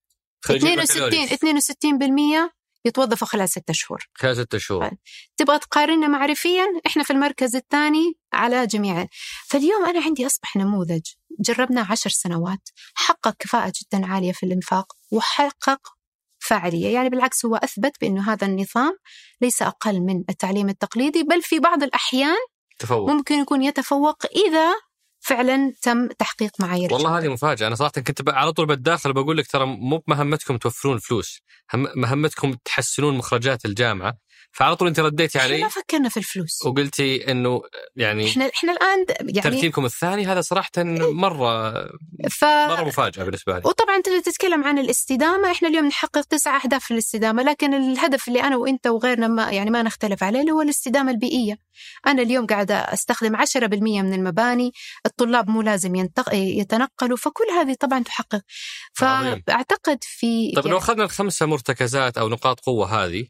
Speaker 2: 62% يتوظفوا خلال 6 شهور.
Speaker 3: خلال 6 شهور.
Speaker 2: تبغى تقارننا معرفيا، إحنا في المركز الثاني على جميع. فاليوم أنا عندي أصبح نموذج جربنا 10 سنوات، حقق كفاءة جدا عالية في الإنفاق وحقق فاعلية. يعني بالعكس هو أثبت بأنه هذا النظام ليس أقل من التعليم التقليدي، بل في بعض الأحيان
Speaker 3: تفوق.
Speaker 2: ممكن يكون يتفوق إذا فعلا تم تحقيق معايير.
Speaker 3: والله هذه مفاجأة. أنا صراحة كنت على طول بالداخل بقول لك ترى مو مهمتكم توفرون فلوس، مهمتكم تحسنون مخرجات الجامعة. فعلى طول أنت رديتي علي.
Speaker 2: ما فكرنا في الفلوس
Speaker 3: وقلتي إنه يعني
Speaker 2: إحنا الآن يعني
Speaker 3: ترتيبكم الثاني هذا صراحة مرة مفاجأة بالنسبة لي.
Speaker 2: وطبعا تتكلم عن الاستدامة، إحنا اليوم نحقق 9 أهداف في الاستدامة، لكن الهدف اللي أنا وإنت وغيرنا ما نختلف عليه هو الاستدامة البيئية. أنا اليوم قاعدة أستخدم 10% من المباني، الطلاب مو لازم يتنقلوا، فكل هذه طبعا تحقق. فأعتقد في
Speaker 3: طب لو أخذنا ال5 مرتكزات أو نقاط قوة هذه،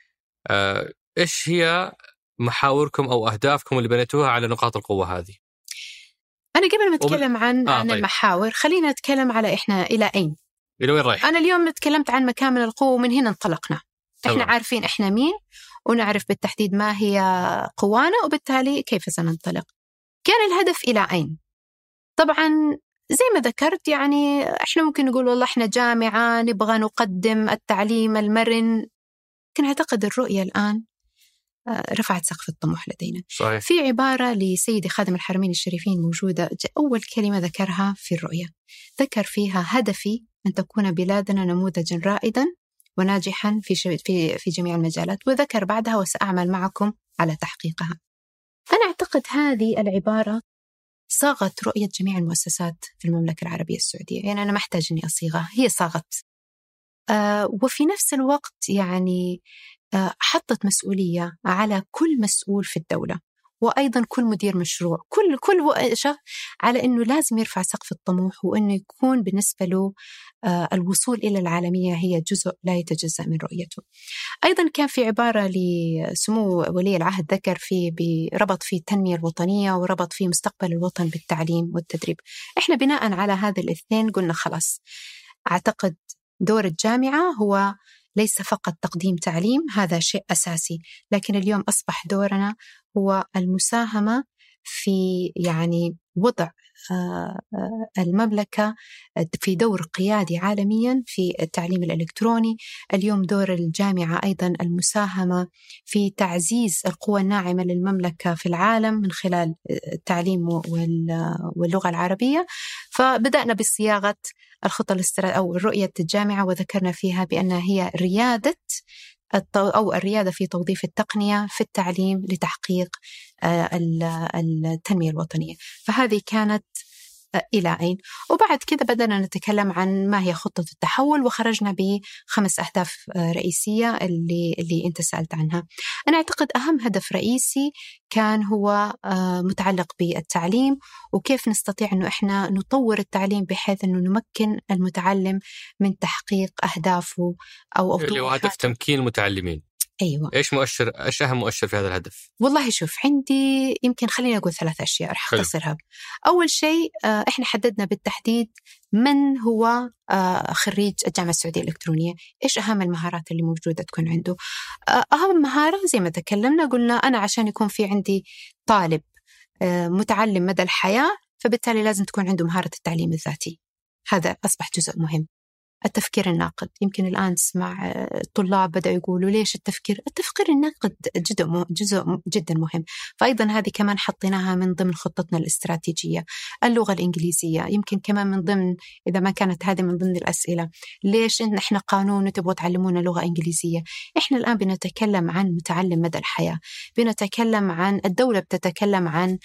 Speaker 3: إيش هي محاوركم أو أهدافكم اللي بنيتوها على نقاط القوة هذه؟
Speaker 2: أنا قبل ما أتكلم عن طيب. المحاور، خلينا نتكلم على إحنا إلى أين،
Speaker 3: إلى وين رايح.
Speaker 2: أنا اليوم تكلمت عن مكامن القوة ومن هنا انطلقنا.
Speaker 3: طبعا.
Speaker 2: إحنا عارفين إحنا مين ونعرف بالتحديد ما هي قوانا، وبالتالي كيف سننطلق. كان الهدف إلى أين؟ طبعا زي ما ذكرت يعني إحنا ممكن نقول والله إحنا جامعة نبغى نقدم التعليم المرن، لكن أعتقد الرؤية الآن رفعت سقف الطموح لدينا.
Speaker 3: صحيح.
Speaker 2: في عبارة لسيدي خادم الحرمين الشريفين موجودة، أول كلمة ذكرها في الرؤية، ذكر فيها هدفي أن تكون بلادنا نموذجا رائدا وناجحا في جميع المجالات، وذكر بعدها وسأعمل معكم على تحقيقها. أنا أعتقد هذه العبارة صاغت رؤية جميع المؤسسات في المملكة العربية السعودية، يعني أنا ما أحتاج أني أصيغها، هي صاغت. وفي نفس الوقت يعني حطت مسؤولية على كل مسؤول في الدولة، وأيضا كل مدير مشروع، كل شخص، على أنه لازم يرفع سقف الطموح، وأنه يكون بالنسبة له الوصول إلى العالمية هي جزء لا يتجزأ من رؤيته. أيضا كان في عبارة لسمو ولي العهد ذكر ربط فيه التنمية الوطنية وربط فيه مستقبل الوطن بالتعليم والتدريب. إحنا بناء على هذا الاثنين قلنا خلاص، أعتقد دور الجامعة هو ليس فقط تقديم تعليم، هذا شيء أساسي، لكن اليوم أصبح دورنا هو المساهمة في يعني وضع المملكة في دور قيادي عالميا في التعليم الإلكتروني. اليوم دور الجامعة أيضا المساهمة في تعزيز القوى الناعمة للمملكة في العالم من خلال التعليم واللغة العربية. فبدأنا بصياغة الخطة أو رؤية الجامعة، وذكرنا فيها بأنها هي الريادة في توظيف التقنية في التعليم لتحقيق التنمية الوطنية. فهذه كانت إلى أين. وبعد كده بدأنا نتكلم عن ما هي خطة التحول، وخرجنا ب5 أهداف رئيسية اللي أنت سألت عنها. أنا أعتقد أهم هدف رئيسي كان هو متعلق بالتعليم، وكيف نستطيع أنه إحنا نطور التعليم بحيث أنه نمكن المتعلم من تحقيق أهدافه أو
Speaker 3: اللي هو هدف تمكين المتعلمين.
Speaker 2: أيوة.
Speaker 3: إيش أهم مؤشر في هذا الهدف؟
Speaker 2: والله شوف، عندي يمكن خليني أقول 3 أشياء رح أختصرها. أول شيء إحنا حددنا بالتحديد من هو خريج الجامعة السعودية الإلكترونية، إيش أهم المهارات اللي موجودة تكون عنده. أهم مهارة زي ما تكلمنا، قلنا أنا عشان يكون في عندي طالب متعلم مدى الحياة، فبالتالي لازم تكون عنده مهارة التعليم الذاتي، هذا أصبح جزء مهم. التفكير الناقد، يمكن الآن تسمع الطلاب بدأوا يقولوا ليش التفكير الناقد جزء جدا مهم. فأيضا هذه كمان حطيناها من ضمن خطتنا الاستراتيجية. اللغة الإنجليزية يمكن كمان من ضمن، إذا ما كانت هذه من ضمن الأسئلة، ليش إحنا قانون وتبغوا تعلمونا لغة إنجليزية؟ إحنا الآن بنتكلم عن متعلم مدى الحياة، بنتكلم عن الدولة بتتكلم عن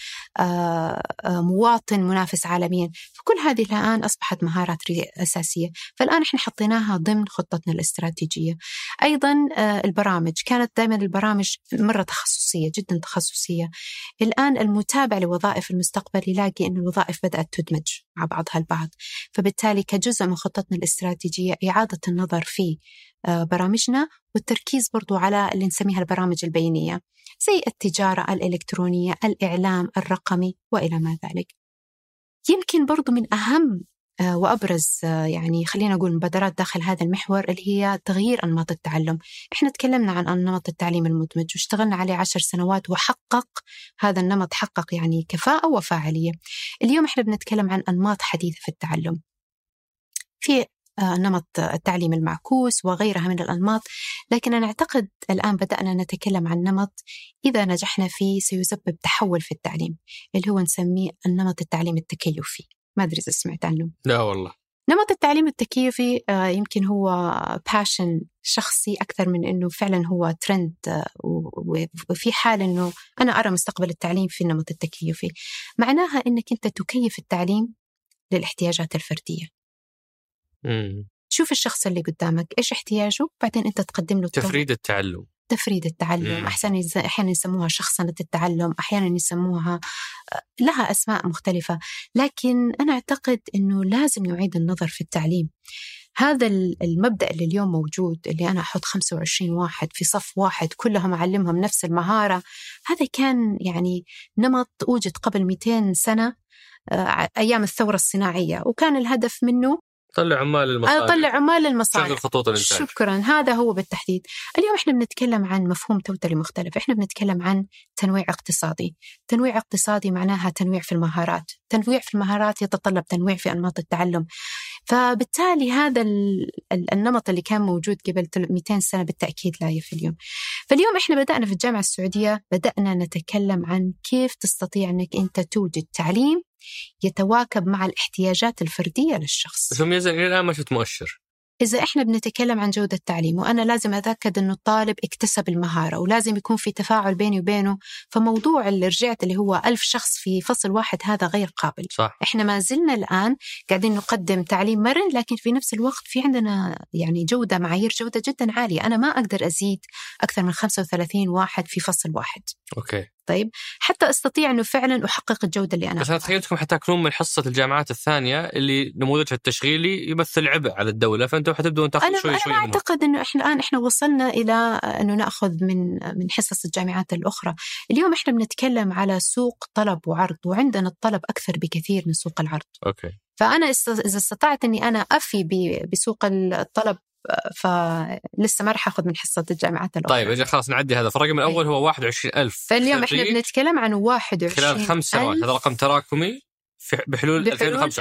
Speaker 2: مواطن منافس عالميا، فكل هذه الآن أصبحت مهارات أساسية. فالآن إحنا حطيناها ضمن خطتنا الاستراتيجية. أيضا البرامج كانت دائما البرامج مرة تخصصية، جدا تخصصية. الآن المتابع لوظائف المستقبل يلاقي أن الوظائف بدأت تدمج مع بعضها البعض، فبالتالي كجزء من خطتنا الاستراتيجية إعادة النظر في برامجنا والتركيز برضو على اللي نسميها البرامج البينية زي التجارة الإلكترونية، الإعلام الرقمي وإلى ما ذلك. يمكن برضو من أهم وأبرز يعني خلينا نقول مبادرات داخل هذا المحور اللي هي تغيير أنماط التعلم. إحنا تكلمنا عن أنماط التعليم المدمج واشتغلنا عليه 10 سنوات وحقق هذا النمط، حقق يعني كفاءة وفاعلية. اليوم إحنا بنتكلم عن أنماط حديثة في التعلم، في نمط التعليم المعكوس وغيرها من الأنماط، لكن أنا أعتقد الآن بدأنا نتكلم عن نمط إذا نجحنا فيه سيسبب تحول في التعليم، اللي هو نسميه النمط التعليم التكيفي. ما أدري إذا سمعت عنه.
Speaker 3: لا والله.
Speaker 2: نمط التعليم التكيفي يمكن هو باشن شخصي أكثر من أنه فعلا هو ترند، وفي حال أنه أنا أرى مستقبل التعليم في النمط التكيفي. معناها أنك أنت تكيف التعليم للاحتياجات الفردية. شوف الشخص اللي قدامك إيش احتياجه، بعدين أنت تقدم له
Speaker 3: تفريد التعلم.
Speaker 2: أحيانا يسموها شخصنة التعلم، أحيانا يسموها لها أسماء مختلفة، لكن أنا أعتقد أنه لازم نعيد النظر في التعليم. هذا المبدأ اللي اليوم موجود، اللي أنا أحط 25 واحد في صف واحد كلهم أعلمهم نفس المهارة، هذا كان يعني نمط وجد قبل 200 سنة أيام الثورة الصناعية، وكان الهدف منه
Speaker 3: طلع عمال المصانع، شغل خطوط الإنتاج.
Speaker 2: شكرا، هذا هو بالتحديد. اليوم إحنا بنتكلم عن مفهوم توتالي مختلف. إحنا بنتكلم عن تنويع اقتصادي. تنويع اقتصادي معناها تنويع في المهارات. تنويع في المهارات يتطلب تنويع في أنماط التعلم. فبالتالي هذا النمط اللي كان موجود قبل 200 سنة بالتأكيد لا يفي اليوم. فاليوم إحنا بدأنا في الجامعة السعودية، بدأنا نتكلم عن كيف تستطيع أنك أنت توجد تعليم يتواكب مع الاحتياجات الفردية للشخص.
Speaker 3: بس هم يزن الآن ما شفت مؤشر.
Speaker 2: إذا إحنا بنتكلم عن جودة التعليم وأنا لازم أتأكد أنه الطالب اكتسب المهارة ولازم يكون في تفاعل بيني وبينه، فموضوع اللي رجعت اللي هو 1000 شخص في فصل واحد هذا غير قابل.
Speaker 3: صح.
Speaker 2: إحنا ما زلنا الآن قاعدين نقدم تعليم مرن، لكن في نفس الوقت في عندنا يعني جودة، معايير جودة جدا عالية. أنا ما أقدر أزيد أكثر من 35 واحد في فصل واحد.
Speaker 3: أوكي.
Speaker 2: طيب حتى أستطيع أنه فعلا أحقق الجودة اللي أنا.
Speaker 3: بس أنا تخيلتكم حتى تكونون من حصة الجامعات الثانية اللي نموذجها التشغيلي يمثل عبء على الدولة، فأنتوا حتبدون تأخذوا شوي. أنا
Speaker 2: أعتقد أنه إحنا وصلنا إلى أنه نأخذ من حصص الجامعات الأخرى. اليوم إحنا بنتكلم على سوق طلب وعرض، وعندنا الطلب أكثر بكثير من سوق العرض.
Speaker 3: أوكي.
Speaker 2: فأنا إذا استطعت أني أنا أفي بسوق الطلب، فلسه ما راح أخذ من حصة الجامعات الأخرى.
Speaker 3: طيب أجل خلاص نعدي هذا. فالرقم الأول هو 21,000.
Speaker 2: فاليوم إحنا بنتكلم عن 21
Speaker 3: خلال 5 سنوات. هذا رقم تراكمي بحلول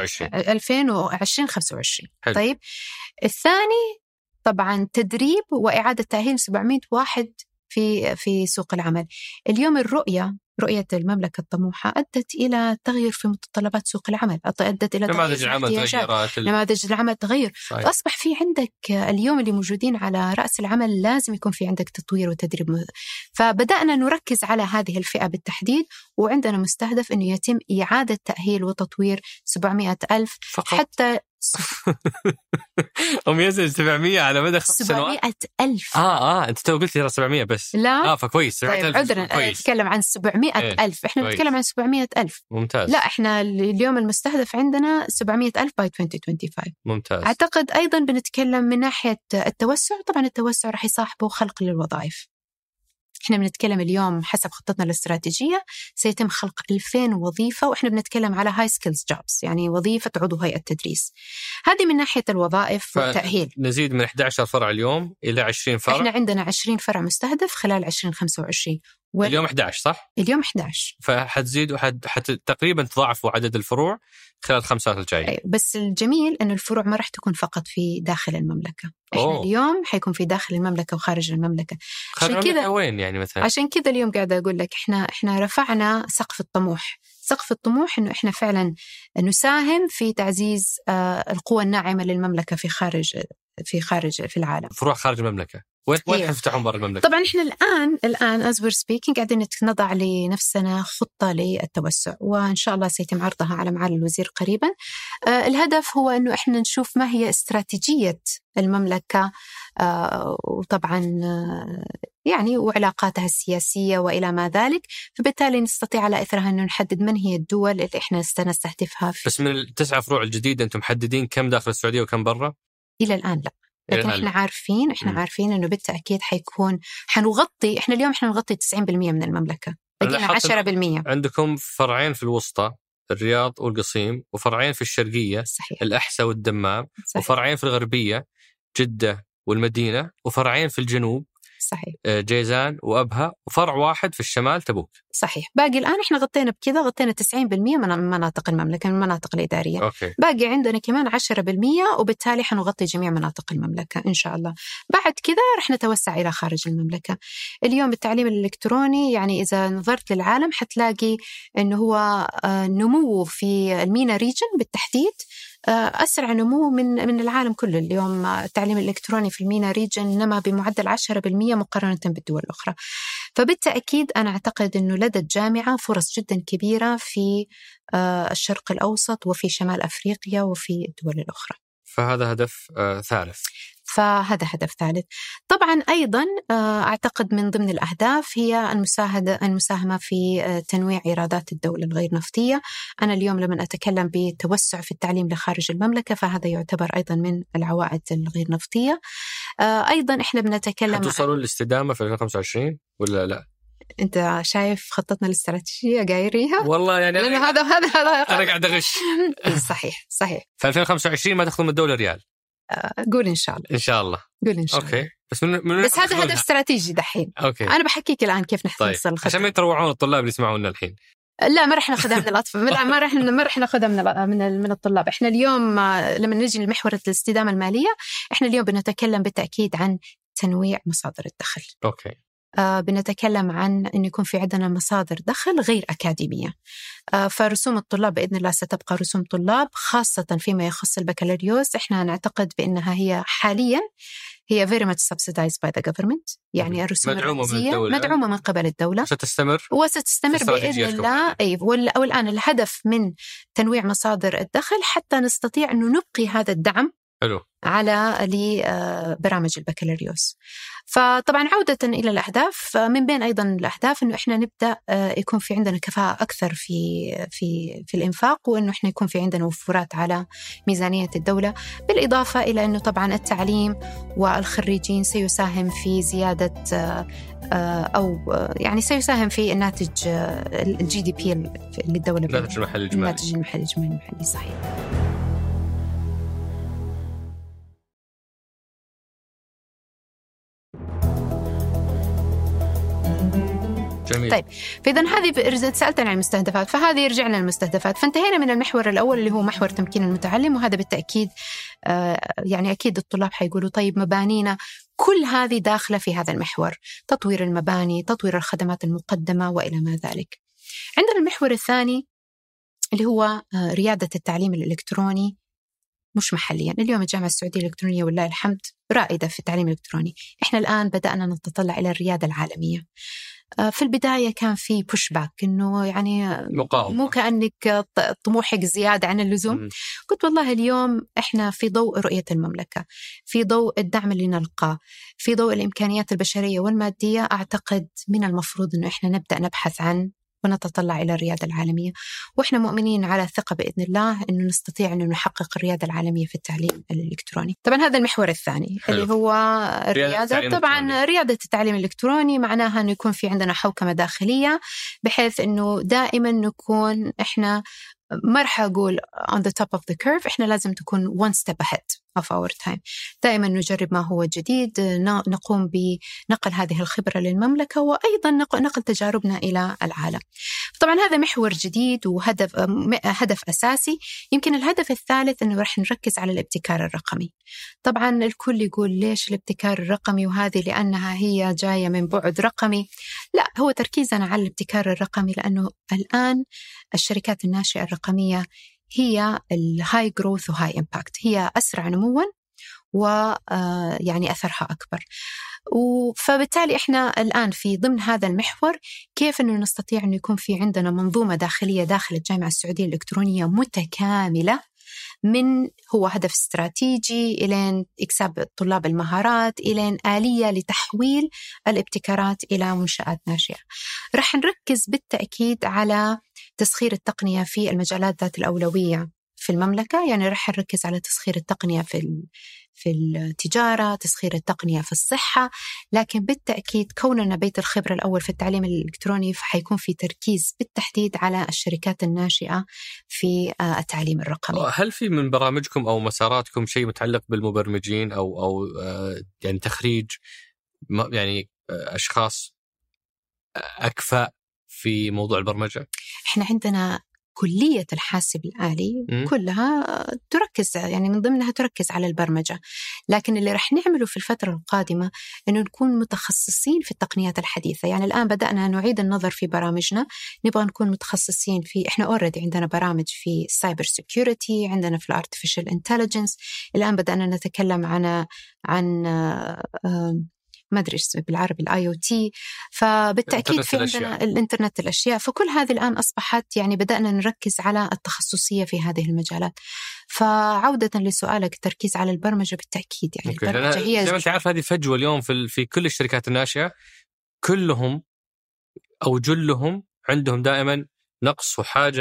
Speaker 2: 2025.
Speaker 3: حلو.
Speaker 2: طيب الثاني طبعا تدريب وإعادة تأهيل 700 واحد في سوق العمل. اليوم رؤية المملكة الطموحة أدت إلى تغيير في متطلبات سوق العمل، أدت إلى
Speaker 3: نماذج
Speaker 2: العمل تغير. فأصبح في عندك اليوم اللي موجودين على رأس العمل لازم يكون في عندك تطوير وتدريب. فبدأنا نركز على هذه الفئة بالتحديد، وعندنا مستهدف أنه يتم إعادة تأهيل وتطوير 700,000
Speaker 3: فقط.
Speaker 2: حتى
Speaker 3: هم يزن 700 على مدى 5 سنوات.
Speaker 2: 700,000.
Speaker 3: أنت تو قلت لي 700 بس.
Speaker 2: لا.
Speaker 3: فكويس.
Speaker 2: طيب عذرا، نتكلم عن 700,000. إحنا نتكلم عن 700,000.
Speaker 3: ممتاز.
Speaker 2: لا، إحنا اليوم المستهدف عندنا 700,000 by 2025.
Speaker 3: ممتاز.
Speaker 2: أعتقد أيضا بنتكلم من ناحية التوسع. طبعا التوسع رح يصاحبه خلق للوظائف. إحنا بنتكلم اليوم حسب خطتنا الاستراتيجية سيتم خلق 2000 وظيفة، وإحنا بنتكلم على high skills jobs، يعني وظيفة عضو هيئة تدريس. هذه من ناحية الوظائف والتأهيل.
Speaker 3: نزيد من 11 فرع اليوم إلى 20 فرع.
Speaker 2: إحنا عندنا 20 فرع مستهدف خلال 2025.
Speaker 3: اليوم 11 صح؟
Speaker 2: اليوم 11.
Speaker 3: فحتزيد تقريبا تضاعفوا عدد الفروع خلال 5 سنوات الجاية.
Speaker 2: بس الجميل أن الفروع ما راح تكون فقط في داخل المملكة. إحنا اليوم حيكون في داخل المملكة وخارج المملكة.
Speaker 3: عشان كذا وين يعني مثلا؟
Speaker 2: عشان كذا اليوم قاعدة أقول لك إحنا رفعنا سقف الطموح. سقف الطموح إنه إحنا فعلا نساهم في تعزيز القوة الناعمة للمملكة في العالم.
Speaker 3: فروع خارج المملكة. وين حتفتحون برا المملكة؟
Speaker 2: طبعا إحنا الآن as we're speaking قاعدين نضع لنفسنا خطة للتوسع، وإن شاء الله سيتم عرضها على معالي الوزير قريبا. الهدف هو أنه إحنا نشوف ما هي استراتيجية المملكة، وطبعا يعني وعلاقاتها السياسية وإلى ما ذلك، فبالتالي نستطيع على إثرها أنه نحدد من هي الدول اللي إحنا سنستهدفها.
Speaker 3: بس من ال9 فروع الجديدة أنتم محددين كم داخل السعودية وكم برا؟
Speaker 2: إلى الآن لا، لكن إحنا عارفين أنه بالتأكيد حنغطي. إحنا اليوم نغطي 90% من المملكة، بقينا 10%.
Speaker 3: عندكم فرعين في الوسطى، الرياض والقصيم، وفرعين في الشرقية،
Speaker 2: صحيح.
Speaker 3: الأحساء والدمام،
Speaker 2: صحيح.
Speaker 3: وفرعين في الغربية، جدة والمدينة، وفرعين في الجنوب،
Speaker 2: صحيح،
Speaker 3: جيزان وأبها، وفرع واحد في الشمال تبوك.
Speaker 2: صحيح. باقي الآن إحنا غطينا 90% من مناطق المملكة، من المناطق الإدارية.
Speaker 3: أوكي.
Speaker 2: باقي عندنا كمان 10%، وبالتالي حنغطي جميع مناطق المملكة إن شاء الله. بعد كذا رح نتوسع إلى خارج المملكة. اليوم التعليم الإلكتروني يعني إذا نظرت للعالم حتلاقي إنه هو نمو في المينا ريجن بالتحديد أسرع نمو من العالم كله. اليوم التعليم الإلكتروني في المينا ريجن نما بمعدل 10% مقارنة بالدول الأخرى. فبالتأكيد أنا أعتقد أنه لدى الجامعة فرص جدا كبيرة في الشرق الأوسط وفي شمال أفريقيا وفي الدول الأخرى.
Speaker 3: فهذا هدف ثالث.
Speaker 2: فهذا هدف ثالث. طبعا أيضا أعتقد من ضمن الأهداف هي المساهمة في تنويع إيرادات الدولة الغير نفطية. أنا اليوم لما أتكلم بتوسع في التعليم لخارج المملكة فهذا يعتبر أيضا من العوائد الغير نفطية. أيضا إحنا بنتكلم
Speaker 3: هتوصلوا للاستدامة في 2025 ولا لا؟
Speaker 2: أنت شايف خطتنا الاستراتيجية قايريها؟
Speaker 3: والله يعني
Speaker 2: هذا
Speaker 3: أنا قاعد أغش.
Speaker 2: صحيح.
Speaker 3: في 2025 ما تأخذون من الدولة ريال؟
Speaker 2: قول إن شاء الله.
Speaker 3: إن شاء الله.
Speaker 2: قول إن شاء الله.
Speaker 3: أوكي.
Speaker 2: بس هذا هدف استراتيجي دحين.
Speaker 3: أوكي.
Speaker 2: أنا بحكيك الآن كيف نحصل
Speaker 3: طيب. عشان ما يتروعون الطلاب اللي يسمعونا الحين.
Speaker 2: لا ما رح ناخذها من الأطفال. ما رح ناخذها من الطلاب. إحنا اليوم لما نجي لمحور الاستدامة المالية إحنا اليوم بنتكلم بالتأكيد عن تنويع مصادر الدخل.
Speaker 3: أوكي.
Speaker 2: بنتكلم عن أن يكون في عندنا مصادر دخل غير أكاديمية. فرسوم الطلاب بإذن الله ستبقى رسوم طلاب، خاصة فيما يخص البكالوريوس. إحنا نعتقد بأنها هي حاليا هي very much subsidized by the government، يعني الرسوم الرئيسية مدعومة من قبل الدولة، وستستمر بإذن الله. والآن الهدف من تنويع مصادر الدخل حتى نستطيع أن نبقي هذا الدعم
Speaker 3: حلو
Speaker 2: على لبرامج البكالوريوس. فطبعا عودة إلى الأهداف، من بين أيضا الأهداف إنه إحنا نبدأ يكون في عندنا كفاءة أكثر في الإنفاق، وإنه إحنا يكون في عندنا وفورات على ميزانية الدولة، بالإضافة إلى إنه طبعا التعليم والخريجين سيساهم في زيادة أو يعني سيساهم في الناتج الGDP للدولة،
Speaker 3: الناتج المحلي
Speaker 2: الجمالي. صحيح.
Speaker 3: جميل.
Speaker 2: طيب فإذا هذه سألتنا عن المستهدفات، فهذه رجعنا للمستهدفات. فانتهينا من المحور الأول اللي هو محور تمكين المتعلم، وهذا بالتأكيد يعني أكيد الطلاب حيقولوا طيب مبانينا كل هذه داخلة في هذا المحور، تطوير المباني، تطوير الخدمات المقدمة وإلى ما ذلك. عندنا المحور الثاني اللي هو ريادة التعليم الإلكتروني مش محليا. اليوم الجامعة السعودية الإلكترونية والله الحمد رائدة في التعليم الإلكتروني. إحنا الآن بدأنا نتطلع إلى الريادة العالمية. في البداية كان في بوش باك، إنه يعني مو كأنك طموحك زيادة عن اللزوم. قلت والله اليوم إحنا في ضوء رؤية المملكة، في ضوء الدعم اللي نلقاه، في ضوء الإمكانيات البشرية والمادية، أعتقد من المفروض إنه إحنا نبدأ نبحث عن ونتطلع إلى الريادة العالمية. وإحنا مؤمنين على ثقة بإذن الله أنه نستطيع أن نحقق الريادة العالمية في التعليم الإلكتروني. طبعا هذا المحور الثاني
Speaker 3: حلو.
Speaker 2: اللي هو الريادة. طبعا ريادة التعليم الإلكتروني معناها أنه يكون في عندنا حوكمة داخلية، بحيث أنه دائما نكون إحنا ما رح أقول on the top of the curve، إحنا لازم تكون one step ahead of our time. دائما نجرب ما هو جديد، نقوم بنقل هذه الخبرة للمملكة، وأيضا نقل تجاربنا إلى العالم. طبعا هذا محور جديد وهدف أساسي. يمكن الهدف الثالث أنه رح نركز على الابتكار الرقمي. طبعا الكل يقول ليش الابتكار الرقمي، وهذه لأنها هي جاية من بعد رقمي. لا، هو تركيزنا على الابتكار الرقمي لأنه الآن الشركات الناشئة الرقمية هي الهاي جروث وهاي إمباكت، هي أسرع نمواً ويعني أثرها أكبر. فبالتالي إحنا الآن في ضمن هذا المحور كيف أنه نستطيع أن يكون في عندنا منظومة داخلية داخل الجامعة السعودية الإلكترونية متكاملة، من هو هدف استراتيجي إلى إكساب الطلاب المهارات إلى آلية لتحويل الابتكارات إلى منشآت ناشئة. رح نركز بالتأكيد على تسخير التقنية في المجالات ذات الأولوية في المملكة، يعني رح نركز على تسخير التقنية في التجارة، تسخير التقنية في الصحة، لكن بالتأكيد كوننا بيت الخبرة الأول في التعليم الإلكتروني فحيكون في تركيز بالتحديد على الشركات الناشئة في التعليم الرقمي.
Speaker 3: هل في من برامجكم أو مساراتكم شيء متعلق بالمبرمجين أو يعني تخريج يعني أشخاص أكفأ في موضوع البرمجة؟
Speaker 2: إحنا عندنا كلية الحاسب الآلي كلها تركز، يعني من ضمنها تركز على البرمجة، لكن اللي رح نعمله في الفترة القادمة إنه نكون متخصصين في التقنيات الحديثة. يعني الآن بدأنا نعيد النظر في برامجنا، نبغى نكون متخصصين في، إحنا already عندنا برامج في cyber security، عندنا في artificial intelligence، الآن بدأنا نتكلم عن ما أدري إيش بالعربي IoT، فبالتأكيد في عندنا الإنترنت الأشياء، فكل هذه الآن أصبحت يعني بدأنا نركز على التخصصية في هذه المجالات. فعودة لسؤالك، التركيز على البرمجة بالتأكيد، يعني البرمجة هي
Speaker 3: زي ما أنت عارف هذه فجوة اليوم في كل الشركات الناشئة، كلهم أو جلهم عندهم دائما نقص وحاجة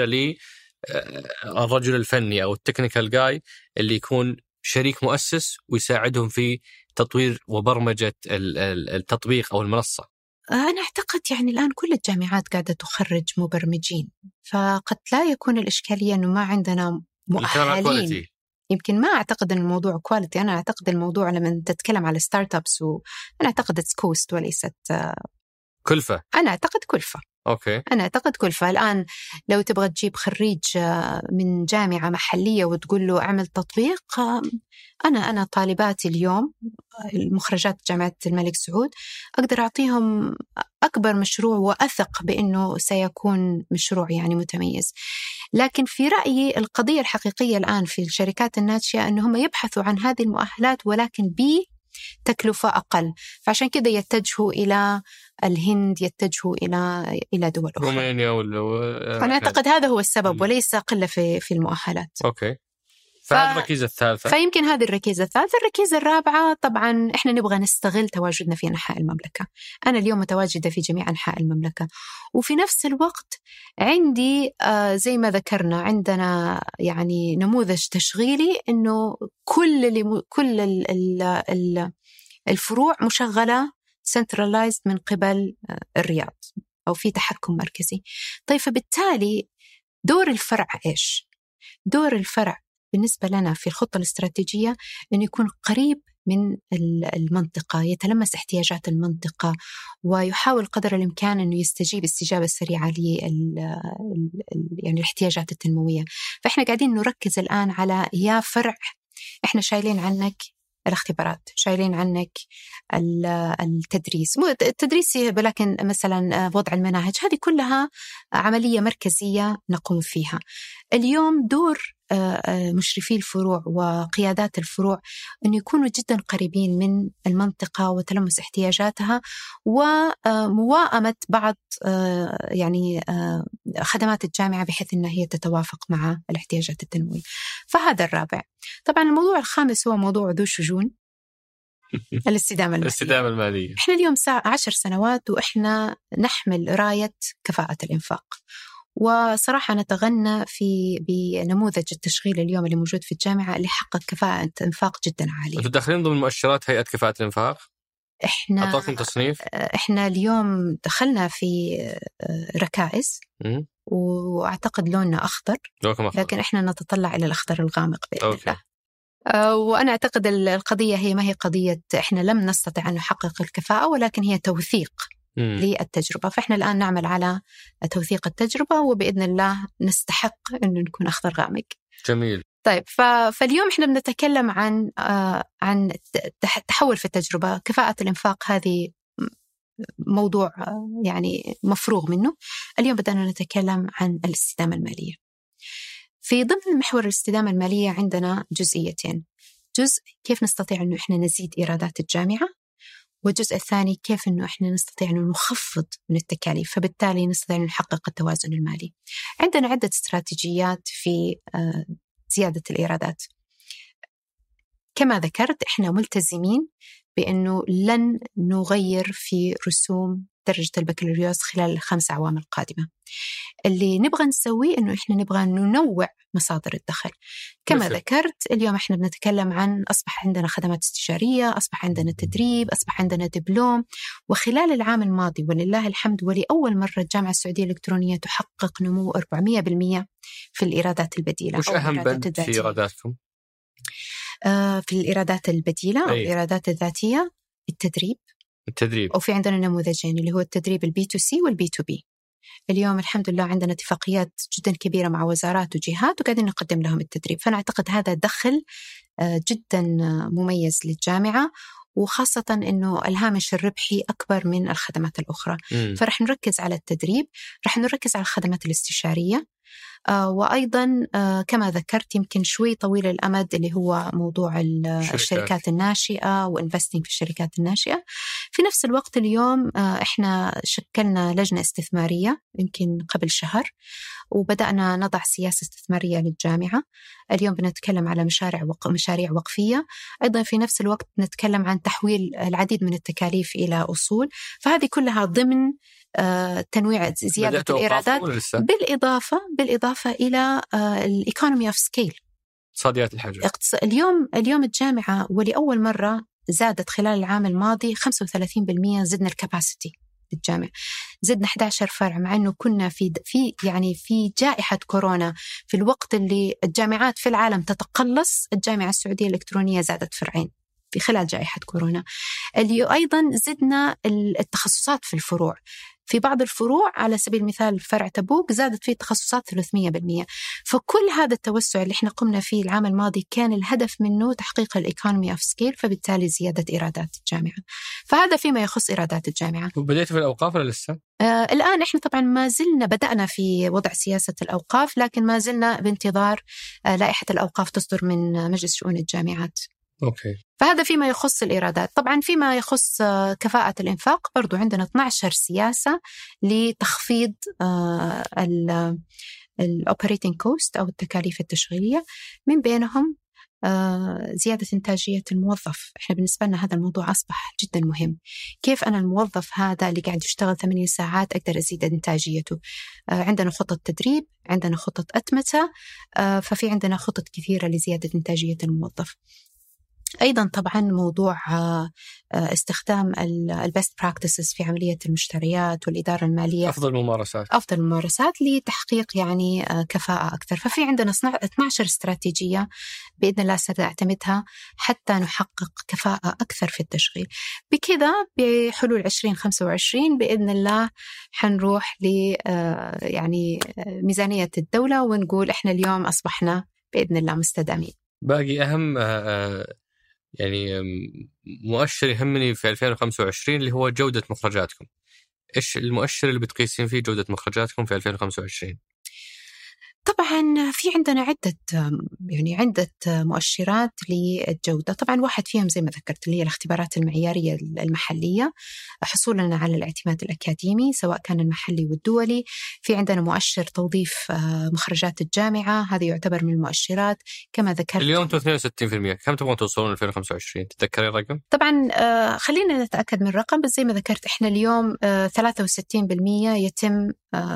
Speaker 3: للرجل الفني أو التكنيكال جاي اللي يكون شريك مؤسس ويساعدهم في تطوير وبرمجة التطبيق أو المنصة.
Speaker 2: أنا أعتقد يعني الآن كل الجامعات قاعدة تخرج مبرمجين، فقد لا يكون الإشكالية أنه ما عندنا مؤهلين. يمكن ما أعتقد أن الموضوع كواليتي، أنا أعتقد الموضوع لما تتكلم على ستارت أبس، وأنا أعتقد كوست وليست
Speaker 3: كلفة.
Speaker 2: أنا أعتقد كلفة.
Speaker 3: أوكي.
Speaker 2: أنا أعتقد كلفة. الآن لو تبغى تجيب خريج من جامعة محلية وتقول له أعمل تطبيق، أنا طالباتي اليوم المخرجات جامعة الملك سعود أقدر أعطيهم أكبر مشروع وأثق بأنه سيكون مشروع يعني متميز. لكن في رأيي القضية الحقيقية الآن في الشركات الناشئة أنهم يبحثوا عن هذه المؤهلات ولكن بتكلفة أقل، فعشان كده يتجهوا إلى الهند، يتجهوا إلى دول أخرى،
Speaker 3: رومانيا
Speaker 2: أنا أعتقد هذا هو السبب وليس قلة في المؤهلات.
Speaker 3: أوكي. فهذه الركيزة الثالثة.
Speaker 2: فيمكن هذه الركيزة الثالثة. الركيزة الرابعة طبعا إحنا نبغى نستغل تواجدنا في أنحاء المملكة. أنا اليوم متواجدة في جميع أنحاء المملكة، وفي نفس الوقت عندي زي ما ذكرنا عندنا يعني نموذج تشغيلي إنه كل الفروع مشغلة centralized من قبل الرياض أو في تحكم مركزي. طيب فبالتالي دور الفرع إيش؟ دور الفرع بالنسبة لنا في الخطة الاستراتيجية أن يكون قريب من المنطقة، يتلمس احتياجات المنطقة ويحاول قدر الإمكان أنه يستجيب استجابة سريعة يعني الاحتياجات التنموية. فإحنا قاعدين نركز الآن على يا فرع إحنا شايلين عنك الاختبارات، شايلين عنك التدريس، مو التدريسي ولكن مثلا وضع المناهج، هذه كلها عملية مركزية نقوم فيها. اليوم دور مشرفي الفروع وقيادات الفروع أن يكونوا جدا قريبين من المنطقة وتلمس احتياجاتها ومواءمة بعض يعني خدمات الجامعة بحيث أنها هي تتوافق مع الاحتياجات التنموية. فهذا الرابع. طبعا الموضوع الخامس هو موضوع ذو شجون الاستدامة المالية. إحنا اليوم 10 سنوات وإحنا نحمل راية كفاءة الإنفاق، وصراحة نتغنى بنموذج التشغيل اليوم اللي موجود في الجامعة اللي حقق كفاءة إنفاق جدا عالية.
Speaker 3: أنتوا داخلين ضمن مؤشرات هيئة كفاءة الإنفاق؟
Speaker 2: إحنا
Speaker 3: أعطاكم تصنيف؟
Speaker 2: إحنا اليوم دخلنا في ركائز وأعتقد لوننا أخضر، لكن إحنا نتطلع إلى الأخضر الغامق بإذن الله. وأنا أعتقد القضية هي ما هي قضية إحنا لم نستطع أن نحقق الكفاءة، ولكن هي توثيق للتجربة. فإحنا الآن نعمل على توثيق التجربة وبإذن الله نستحق أن نكون أخضر غامق.
Speaker 3: جميل.
Speaker 2: طيب فاليوم إحنا بنتكلم عن تحول في التجربة. كفاءة الإنفاق هذه موضوع يعني مفروغ منه. اليوم بدأنا نتكلم عن الاستدامة المالية. في ضمن محور الاستدامة المالية عندنا جزئيتين. جزء كيف نستطيع أنه إحنا نزيد إيرادات الجامعة، والجزء الثاني كيف إنه إحنا نستطيع أن نخفض من التكاليف، فبالتالي نستطيع أن نحقق التوازن المالي. عندنا عدة استراتيجيات في زيادة الإيرادات. كما ذكرت إحنا ملتزمين بأنه لن نغير في رسوم درجة البكالوريوس خلال ال5 أعوام القادمة. اللي نبغى نسويه إنه إحنا نبغى ننوع مصادر الدخل. كما ذكرت اليوم إحنا بنتكلم عن أصبح عندنا خدمات استشارية، أصبح عندنا تدريب، أصبح عندنا دبلوم. وخلال العام الماضي ولله الحمد ولأول مرة الجامعة السعودية الإلكترونية تحقق نمو 400% في الإيرادات البديلة.
Speaker 1: وش أهم بند في إيراداتكم؟
Speaker 2: في الإيرادات البديلة أو الإيرادات الذاتية التدريب. وفي عندنا نموذجين اللي هو التدريب البي2C والبي2B. اليوم الحمد لله عندنا اتفاقيات جدا كبيرة مع وزارات وجهات وقاعدين نقدم لهم التدريب، فأنا أعتقد هذا دخل جدا مميز للجامعة، وخاصة أنه الهامش الربحي أكبر من الخدمات الأخرى. فرح نركز على التدريب، رح نركز على الخدمات الاستشارية، وأيضا كما ذكرت يمكن شوي طويل الأمد اللي هو موضوع الشركات الناشئة وإنفستينج في الشركات الناشئة. في نفس الوقت اليوم إحنا شكلنا لجنة استثمارية يمكن قبل شهر، وبدأنا نضع سياسة استثمارية للجامعة. اليوم بنتكلم على مشاريع وقفية، أيضا في نفس الوقت نتكلم عن تحويل العديد من التكاليف إلى أصول. فهذه كلها ضمن تنويع زيادة الإيرادات بالإضافة إلى الإيكونومي أوف سكيل،
Speaker 1: اقتصاديات الحجم.
Speaker 2: اليوم الجامعة ولأول مرة زادت خلال العام الماضي 35% زدنا الكاباسيتي للجامعة، زدنا 11 فرع، مع أنه كنا في جائحة كورونا في الوقت اللي الجامعات في العالم تتقلص، الجامعة السعودية الإلكترونية زادت فرعين في خلال جائحة كورونا. اللي أيضا زدنا التخصصات في الفروع، في بعض الفروع على سبيل المثال فرع تبوك زادت فيه تخصصات 300%. فكل هذا التوسع اللي احنا قمنا فيه العام الماضي كان الهدف منه تحقيق الإيكونومي أوف سكيل، فبالتالي زيادة إيرادات الجامعة. فهذا فيما يخص إيرادات الجامعة.
Speaker 1: وبدأت في الأوقاف ولا لسه؟
Speaker 2: الآن احنا طبعا ما زلنا بدأنا في وضع سياسة الأوقاف، لكن ما زلنا بانتظار لائحة الأوقاف تصدر من مجلس شؤون الجامعات.
Speaker 1: أوكي.
Speaker 2: فهذا فيما يخص الإيرادات. طبعا فيما يخص كفاءة الإنفاق برضو عندنا 12 سياسة لتخفيض الأوبريتنج كوست أو التكاليف التشغيلية، من بينهم زيادة إنتاجية الموظف. إحنا بالنسبة لنا هذا الموضوع أصبح جدا مهم. كيف أنا الموظف هذا اللي قاعد يشتغل 8 ساعات أقدر أزيد إنتاجيته؟ عندنا خطط تدريب، عندنا خطط أتمتة، ففي عندنا خطط كثيرة لزيادة إنتاجية الموظف. أيضا طبعا موضوع استخدام البست براكتسز في عملية المشتريات والإدارة المالية،
Speaker 1: أفضل الممارسات
Speaker 2: لتحقيق يعني كفاءة أكثر. ففي عندنا 12 استراتيجية بإذن الله سنعتمدها حتى نحقق كفاءة أكثر في التشغيل. بكذا بحلول 2025 بإذن الله حنروح يعني ميزانية الدولة ونقول إحنا اليوم أصبحنا بإذن الله مستدامين.
Speaker 1: باقي أهم يعني مؤشر يهمني في 2025 اللي هو جودة مخرجاتكم. إيش المؤشر اللي بتقيسين فيه جودة مخرجاتكم في 2025؟
Speaker 2: طبعا في عندنا عدة مؤشرات للجودة. طبعا واحد فيهم زي ما ذكرت اللي هي الاختبارات المعيارية المحلية، حصولنا على الاعتماد الأكاديمي سواء كان المحلي والدولي. في عندنا مؤشر توظيف مخرجات الجامعة، هذا يعتبر من المؤشرات. كما ذكرت
Speaker 1: اليوم 62%، كم تبغون توصلون 2025؟ تتذكري الرقم؟
Speaker 2: طبعا خلينا نتأكد من الرقم، بس زي ما ذكرت احنا اليوم 63% يتم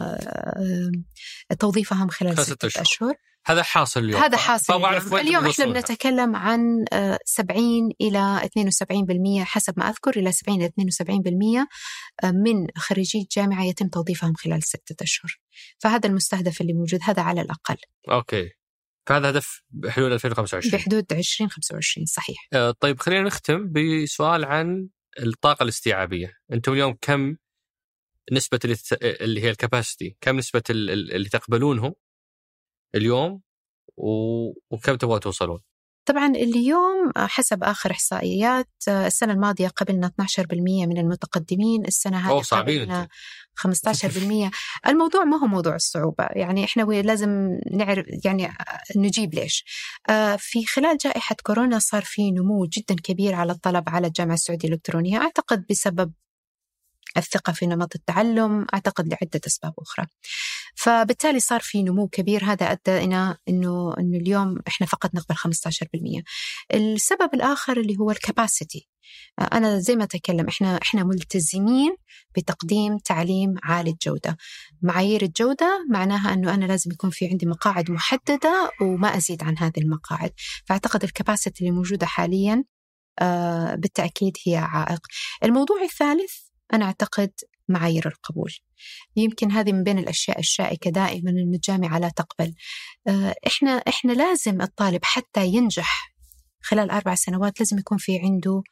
Speaker 2: توظيفهم خلال 6 أشهر.
Speaker 1: هذا حاصل اليوم.
Speaker 2: هذا حاصل اليوم احنا بنتكلم عن 70 إلى 72%، حسب ما أذكر إلى 70 إلى 72% من خريجي الجامعة يتم توظيفهم خلال 6 أشهر. فهذا المستهدف اللي موجود، هذا على الأقل.
Speaker 1: أوكي، فهذا هدف بحدود 2025.
Speaker 2: بحدود 2025 صحيح.
Speaker 1: طيب خلينا نختم بسؤال عن الطاقة الاستيعابية. أنتم اليوم كم نسبة اللي هي الكاباسيتي، كم نسبة اللي تقبلونه اليوم وكم تبغوا توصلون؟
Speaker 2: طبعا اليوم حسب آخر إحصائيات السنة الماضية قبلنا 12% من المتقدمين، السنة هذه قبلنا 15%. الموضوع ما هو موضوع الصعوبة، يعني إحنا لازم نعرف يعني نجيب ليش. في خلال جائحة كورونا صار في نمو جدا كبير على الطلب على الجامعة السعودية الإلكترونية، أعتقد بسبب الثقة في نمط التعلم، أعتقد لعدة أسباب أخرى. فبالتالي صار في نمو كبير، هذا أدى إلى إنه اليوم إحنا فقط نقبل 15%. السبب الآخر اللي هو الكاباسيتي. أنا زي ما أتكلم إحنا ملتزمين بتقديم تعليم عالي الجودة. معايير الجودة معناها أنه أنا لازم يكون في عندي مقاعد محددة وما أزيد عن هذه المقاعد. فأعتقد الكاباسيتي اللي موجودة حاليا بالتأكيد هي عائق. الموضوع الثالث أنا أعتقد معايير القبول. يمكن هذه من بين الأشياء الشائكة دائما أن الجامعة لا تقبل. إحنا لازم الطالب حتى ينجح خلال 4 سنوات لازم يكون في عنده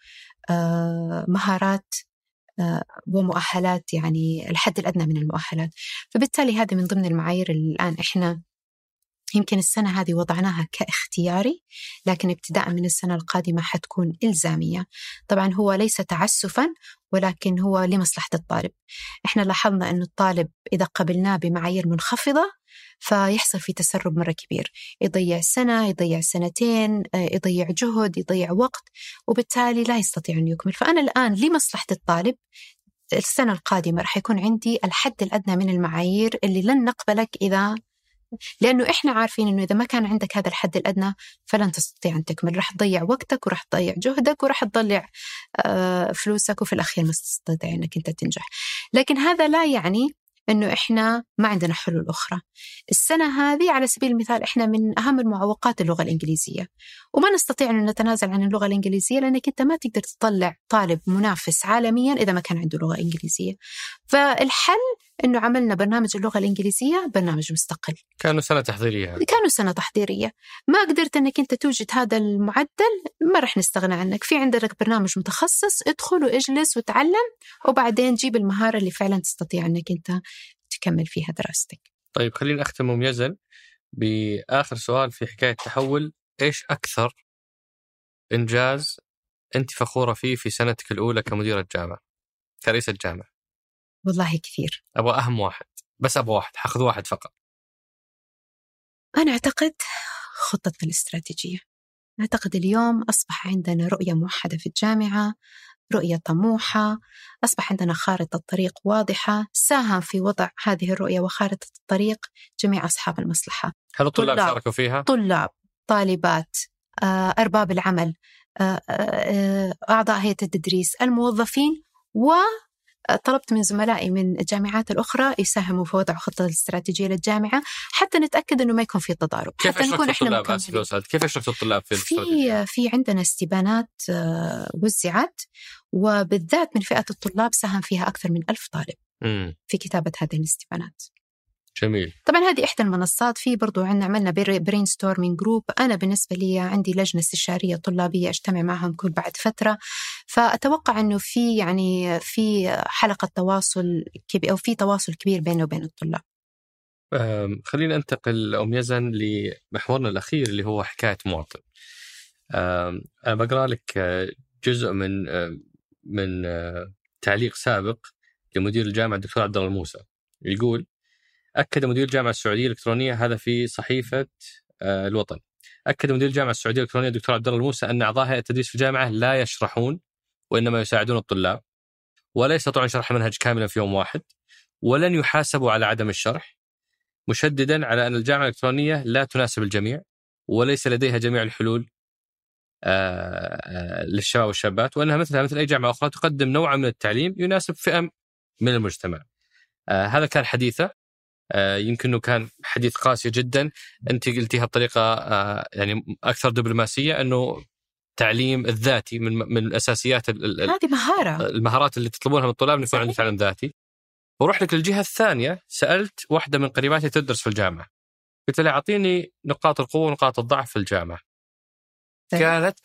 Speaker 2: مهارات ومؤهلات، يعني الحد الأدنى من المؤهلات. فبالتالي هذه من ضمن المعايير اللي الآن إحنا يمكن السنة هذه وضعناها كاختياري، لكن ابتداء من السنة القادمة حتكون إلزامية. طبعا هو ليس تعسفا، ولكن هو لمصلحة الطالب. إحنا لاحظنا أن الطالب إذا قبلناه بمعايير منخفضة فيحصل في تسرب مرة كبير، يضيع سنة، يضيع سنتين، يضيع جهد، يضيع وقت، وبالتالي لا يستطيع أن يكمل. فأنا الآن لمصلحة الطالب السنة القادمة رح يكون عندي الحد الأدنى من المعايير اللي لن نقبلك لأنه إحنا عارفين أنه إذا ما كان عندك هذا الحد الأدنى فلن تستطيع أن تكمل، رح تضيع وقتك ورح تضيع جهدك ورح تضيع فلوسك، وفي الأخير ما تستطيع أنك أنت تنجح. لكن هذا لا يعني أنه إحنا ما عندنا حلول أخرى. السنة هذه على سبيل المثال إحنا من أهم المعوقات اللغة الإنجليزية، وما نستطيع أن نتنازل عن اللغة الإنجليزية، لأنك أنت ما تقدر تطلع طالب منافس عالميا إذا ما كان عنده لغة إنجليزية. فالحل إنه عملنا برنامج اللغة الإنجليزية برنامج مستقل.
Speaker 3: كانوا سنة تحضيرية.
Speaker 2: ما قدرت أنك أنت توجد هذا المعدل، ما رح نستغنى عنك. في عندك برنامج متخصص، ادخل واجلس وتعلم، وبعدين جيب المهارة اللي فعلا تستطيع أنك أنت تكمل فيها دراستك.
Speaker 3: طيب خلينا أختم أم يزن بآخر سؤال في حكاية تحول. إيش أكثر إنجاز أنت فخورة فيه في سنتك الأولى كمديرة جامعة، كرئيسة جامعة؟
Speaker 2: والله كثير.
Speaker 3: أبغى أهم واحد، بس أبغى واحد، حاخذ واحد فقط.
Speaker 2: أنا أعتقد خطتنا الاستراتيجية. أعتقد اليوم أصبح عندنا رؤية موحدة في الجامعة، رؤية طموحة، أصبح عندنا خارطة طريق واضحة. ساهم في وضع هذه الرؤية وخارطة الطريق جميع أصحاب المصلحة.
Speaker 3: هل الطلاب شاركوا فيها؟
Speaker 2: طلاب، طالبات، أرباب العمل، أعضاء هيئة التدريس، الموظفين، وطلبت من زملائي من الجامعات الأخرى يساهموا في وضع خطة الاستراتيجية للجامعة حتى نتأكد أنه ما يكون في تضارب.
Speaker 3: كيف أشركت الطلاب؟ كيف أشركت الطلاب
Speaker 2: في عندنا استبانات وزعت، وبالذات من فئة الطلاب ساهم فيها أكثر من 1000 طالب في كتابة هذه الاستبانات.
Speaker 3: جميل.
Speaker 2: طبعا هذه إحدى المنصات. في برضو عملنا برين ستورمينج جروب. أنا بالنسبة لي عندي لجنة استشارية طلابية أجتمع معهم كل بعد فترة، فأتوقع أنه في حلقة تواصل كبير، أو في تواصل كبير بينه وبين الطلاب.
Speaker 3: خلينا ننتقل أم يزن لمحورنا الأخير اللي هو حكاية مواطن. أنا بقرأ لك جزء من تعليق سابق لمدير الجامعة الدكتور عبد الله الموسى. يقول: أكد مدير الجامعة السعودية الإلكترونية، هذا في صحيفة الوطن، أكد مدير الجامعة السعودية الإلكترونية الدكتور عبد الله الموسى أن أعضاء هيئة التدريس في الجامعة لا يشرحون، وإنما يساعدون الطلاب، ولا يستطيعون شرح المنهج كاملا في يوم واحد، ولن يحاسبوا على عدم الشرح، مشددا على أن الجامعة الإلكترونية لا تناسب الجميع، وليس لديها جميع الحلول للشباب والشابات، وأنها مثل أي جامعة أخرى تقدم نوعا من التعليم يناسب فئة من المجتمع. هذا كان حديثه. يمكن أنه كان حديث قاسي جدا. أنت قلتيها بطريقة يعني أكثر دبلوماسية، أنه تعليم الذاتي من الأساسيات،
Speaker 2: هذه
Speaker 3: المهارات اللي تطلبونها من الطلاب، يكون عندهم تعلم ذاتي. وروح لك للجهة الثانية، سألت واحدة من قريباتي تدرس في الجامعة، قلت لها أعطيني نقاط القوة ونقاط الضعف في الجامعة. قالت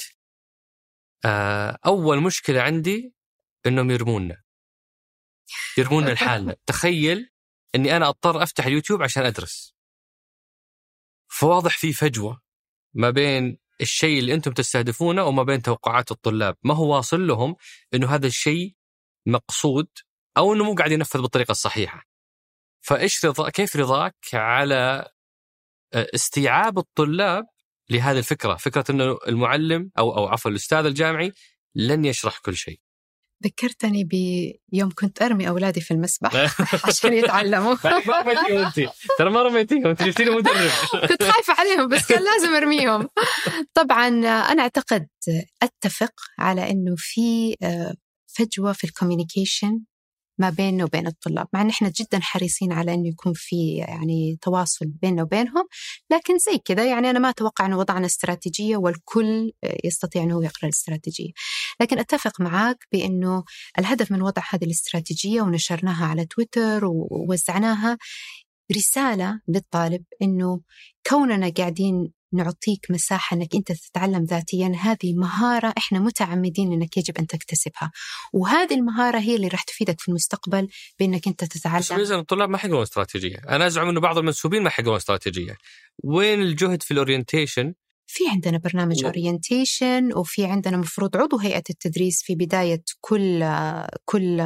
Speaker 3: أول مشكلة عندي أنهم يرموننا لحالنا. تخيل أني أنا أضطر أفتح اليوتيوب عشان أدرس. فواضح في فجوة ما بين الشيء اللي أنتم تستهدفونه وما بين توقعات الطلاب، ما هو واصل لهم إنه هذا الشيء مقصود أو إنه مو قاعد ينفذ بالطريقة الصحيحة. فإيش كيف رضاك على استيعاب الطلاب لهذه الفكرة، فكرة إنه المعلم أو عفوا الأستاذ الجامعي لن يشرح كل شيء؟
Speaker 2: ذكرتني بيوم كنت أرمي أولادي في المسبح عشان يتعلموا.
Speaker 3: ما رميتيهم أنت، ترى ما رميتيهم، أنت جبتيني مدرب.
Speaker 2: كنت خايفة عليهم بس كان لازم أرميهم. طبعا أنا أعتقد أتفق على إنه في فجوة في الكوميونيكيشن ما بيننا وبين الطلاب، مع أن إحنا جدا حريصين على أنه يكون في يعني تواصل بيننا وبينهم، لكن زي كذا يعني أنا ما أتوقع أنه وضعنا استراتيجية والكل يستطيع أنه يقرأ الاستراتيجية. لكن أتفق معك بأنه الهدف من وضع هذه الاستراتيجية ونشرناها على تويتر ووزعناها رسالة للطالب أنه كوننا قاعدين نعطيك مساحة أنك أنت تتعلم ذاتيا، هذه مهارة إحنا متعمدين أنك يجب أن تكتسبها، وهذه المهارة هي اللي راح تفيدك في المستقبل بأنك أنت تتعلم.
Speaker 3: بس ميزان الطلاب ما حيقرون استراتيجية، أنا أزعم أنه بعض المنسوبين ما حيقرون استراتيجية. وين الجهد في الأورينتيشن؟
Speaker 2: في عندنا برنامج أورينتيشن، وفي عندنا مفروض عضو هيئة التدريس في بداية كل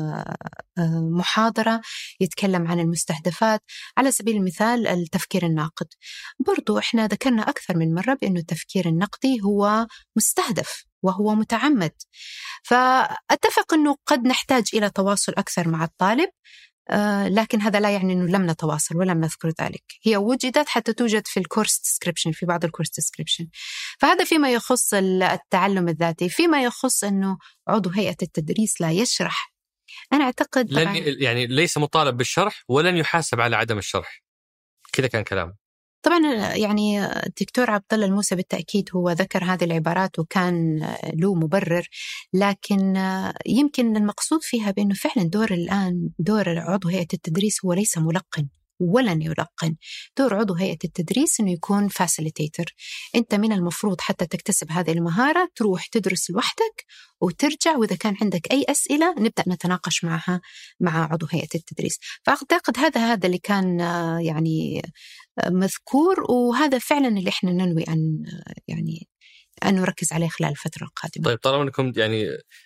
Speaker 2: محاضرة يتكلم عن المستهدفات. على سبيل المثال التفكير الناقد، برضو إحنا ذكرنا أكثر من مرة بأنه التفكير النقدي هو مستهدف وهو متعمد. فأتفق أنه قد نحتاج إلى تواصل أكثر مع الطالب، لكن هذا لا يعني أنه لم نتواصل ولم نذكر ذلك. هي وجدت حتى توجد في الكورس ديسكريبشن، في بعض الكورس ديسكريبشن. فهذا فيما يخص التعلم الذاتي. فيما يخص أنه عضو هيئة التدريس لا يشرح، أنا أعتقد
Speaker 3: يعني ليس مطالب بالشرح ولن يحاسب على عدم الشرح، كذا كان كلام.
Speaker 2: طبعا يعني الدكتور عبد الله الموسى بالتأكيد هو ذكر هذه العبارات وكان له مبرر، لكن يمكن المقصود فيها بأنه فعلا دور عضو هيئة التدريس هو ليس ملقن ولن يلقن. دور عضو هيئة التدريس أنه يكون فاسيليتيتر. أنت من المفروض حتى تكتسب هذه المهارة تروح تدرس لوحدك وترجع، وإذا كان عندك أي أسئلة نبدأ نتناقش معها مع عضو هيئة التدريس. فأعتقد هذا اللي كان يعني مذكور، وهذا فعلا اللي احنا ننوي أن نركز عليه خلال الفترة القادمة.
Speaker 3: طيب طالما أنكم يعني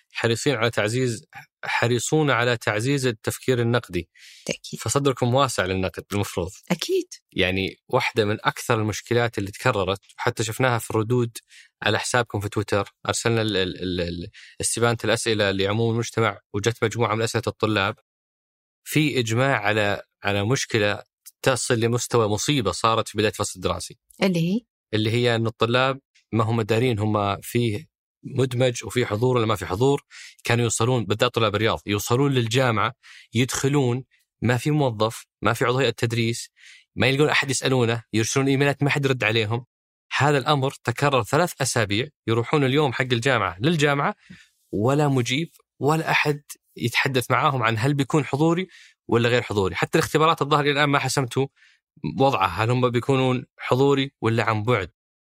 Speaker 3: حريصون على تعزيز التفكير النقدي،
Speaker 2: تأكيد.
Speaker 3: فصدركم واسع للنقد المفروض.
Speaker 2: أكيد.
Speaker 3: يعني واحدة من أكثر المشكلات اللي تكررت وحتى شفناها في الردود على حسابكم في تويتر، أرسلنا استبانة الأسئلة لعموم المجتمع وجت مجموعة من أسئلة الطلاب في إجماع على مشكلة تصل لمستوى مصيبة صارت في بداية الفصل الدراسي، اللي هي أن الطلاب ما هم دارين هم فيه مدمج وفي حضور ولا ما في حضور. كانوا يوصلون بالذات طلاب الرياض يوصلون للجامعة يدخلون ما في موظف، ما في عضو هيئة التدريس، ما يلقون أحد يسألونه، يرسلون إيميلات ما حد يرد عليهم. هذا الأمر تكرر 3 أسابيع، يروحون اليوم حق الجامعة للجامعة ولا مجيب ولا أحد يتحدث معاهم عن هل بيكون حضوري ولا غير حضوري. حتى الاختبارات الظاهر الآن ما حسمتوا وضعها، هل هم بيكونون حضوري ولا عن بعد.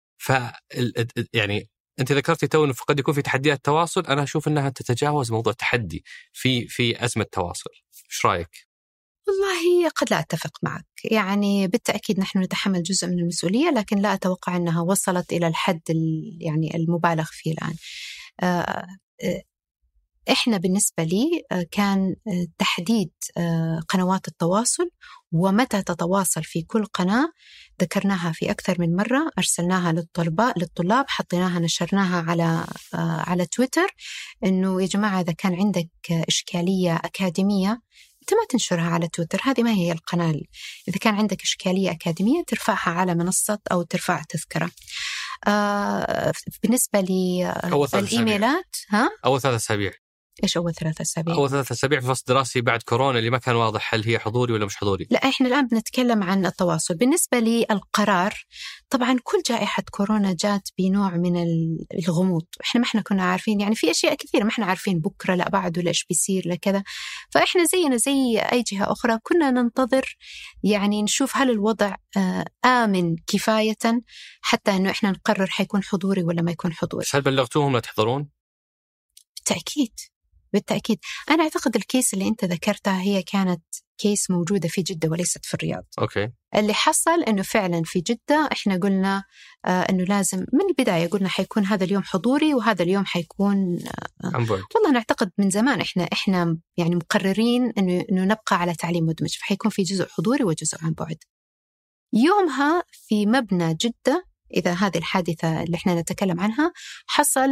Speaker 3: يعني أنت ذكرتي تو إنه قد يكون في تحديات تواصل، أنا أشوف أنها تتجاوز موضوع تحدي في أزمة تواصل. إيش رأيك؟
Speaker 2: والله قد لا أتفق معك، يعني بالتأكيد نحن نتحمل جزء من المسؤولية، لكن لا أتوقع أنها وصلت إلى الحد يعني المبالغ فيه الآن. إحنا بالنسبة لي كان تحديد قنوات التواصل ومتى تتواصل في كل قناة، ذكرناها في أكثر من مرة، أرسلناها للطلاب، حطيناها نشرناها على تويتر، إنه يا جماعة إذا كان عندك إشكالية أكاديمية أنت ما تنشرها على تويتر، هذه ما هي القناة. إذا كان عندك إشكالية أكاديمية ترفعها على منصة أو ترفع تذكرة. بالنسبة للإيميلات
Speaker 3: أول 3 أسابيع.
Speaker 2: إيش أول 3 أسابيع؟
Speaker 3: أول 3 أسابيع في فصل دراسي بعد كورونا اللي ما كان واضح هل هي حضوري ولا مش حضوري.
Speaker 2: لا إحنا الآن بنتكلم عن التواصل. بالنسبة للقرار، طبعا كل جائحة كورونا جات بنوع من الغموض، إحنا ما إحنا كنا عارفين، يعني في أشياء كثيرة ما إحنا عارفين بكرة لا بعد ولا إيش بيصير لكذا. فإحنا زينا زي أي جهة أخرى كنا ننتظر يعني نشوف هل الوضع آمن كفاية حتى إنه إحنا نقرر حيكون حضوري ولا ما يكون حضوري.
Speaker 3: هل بلغتوهم لا تحضرون؟
Speaker 2: بالتأكيد بالتأكيد. أنا أعتقد الكيس اللي أنت ذكرتها هي كانت كيس موجودة في جدة وليست في الرياض.
Speaker 1: أوكي.
Speaker 2: اللي حصل أنه فعلا في جدة إحنا قلنا أنه لازم من البداية قلنا حيكون هذا اليوم حضوري وهذا اليوم حيكون
Speaker 1: عن بعد.
Speaker 2: والله نعتقد من زمان إحنا يعني مقررين أنه نبقى على تعليم مدمج، فحيكون في جزء حضوري وجزء عن بعد. يومها في مبنى جدة، إذا هذه الحادثة اللي إحنا نتكلم عنها، حصل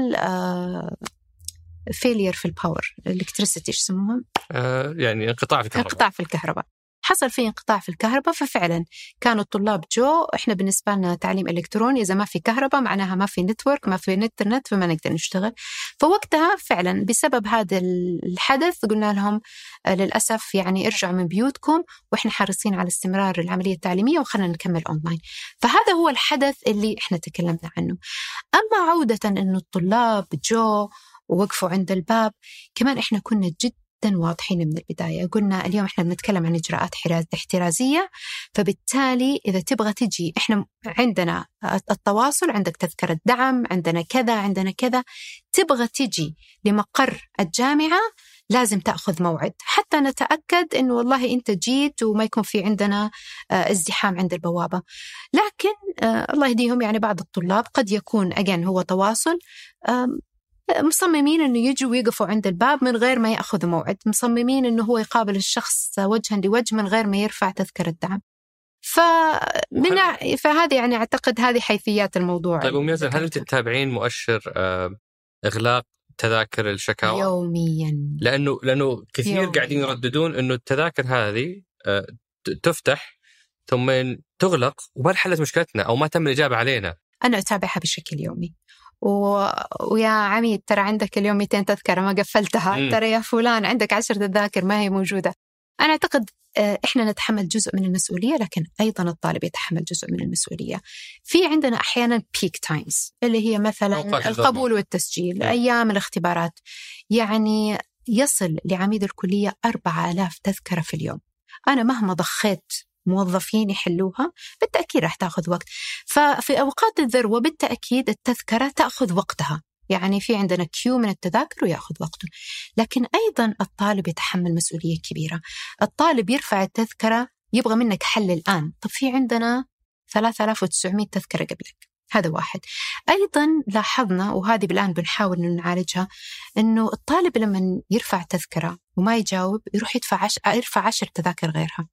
Speaker 2: فيلير في الباور الكتريسيتي، إيش يسموها؟
Speaker 1: يعني انقطاع في
Speaker 2: الكهرباء. حصل فيه انقطاع في الكهرباء، ففعلا كانوا الطلاب إحنا بالنسبة لنا تعليم إلكتروني، إذا ما في كهرباء معناها ما في نتورك، ما في إنترنت، فما نقدر نشتغل. فوقتها فعلا بسبب هذا الحدث قلنا لهم للأسف يعني ارجعوا من بيوتكم، وإحنا حريصين على استمرار العملية التعليمية وخلنا نكمل أونلاين. فهذا هو الحدث اللي إحنا تكلمنا عنه. أما عودة إنه الطلاب ووقفوا عند الباب، كمان إحنا كنا جدا واضحين من البداية. قلنا اليوم إحنا بنتكلم عن إجراءات احترازية، فبالتالي إذا تبغى تجي إحنا عندنا التواصل، عندك تذكرة دعم، عندنا كذا، تبغى تجي لمقر الجامعة لازم تأخذ موعد حتى نتأكد إنه والله أنت جيت وما يكون في عندنا ازدحام عند البوابة. لكن الله يهديهم، يعني بعض الطلاب قد يكون هو تواصل، مصممين إنه يجوا ويقفوا عند الباب من غير ما يأخذوا موعد، مصممين إنه هو يقابل الشخص وجها لوجه من غير ما يرفع تذكرة دعم. فهذه يعني أعتقد هذه حيثيات الموضوع.
Speaker 1: طيب وميزة، هل أنت تتابعين مؤشر إغلاق تذاكر الشكاوى
Speaker 2: يوميا؟
Speaker 1: لأنه كثير يومياً قاعدين يرددون إنه التذاكر هذه تفتح ثم تغلق وما انحلت مشكلتنا أو ما تم الإجابة علينا.
Speaker 2: أنا أتابعها بشكل يومي. ويا عميد ترى عندك اليوم 200 تذكرة ما قفلتها، ترى يا فلان عندك 10 تذاكر ما هي موجودة. أنا أعتقد إحنا نتحمل جزء من المسؤولية، لكن أيضا الطالب يتحمل جزء من المسؤولية. في عندنا أحيانا peak times اللي هي مثلا القبول والتسجيل، أيام الاختبارات، يعني يصل لعميد الكلية 4000 تذكرة في اليوم. أنا مهما ضخيت موظفين يحلوها بالتأكيد راح تأخذ وقت. ففي أوقات الذروة بالتأكيد التذكرة تأخذ وقتها، يعني في عندنا كيو من التذاكر ويأخذ وقته. لكن أيضا الطالب يتحمل مسؤولية كبيرة. الطالب يرفع التذكرة يبغى منك حل الآن، طب في عندنا 3900 تذكرة قبلك، هذا واحد. أيضا لاحظنا، وهذه بالآن بنحاول إنه نعالجها، إنه الطالب لما يرفع تذكرة وما يجاوب يروح يرفع 10 تذاكر غيرها.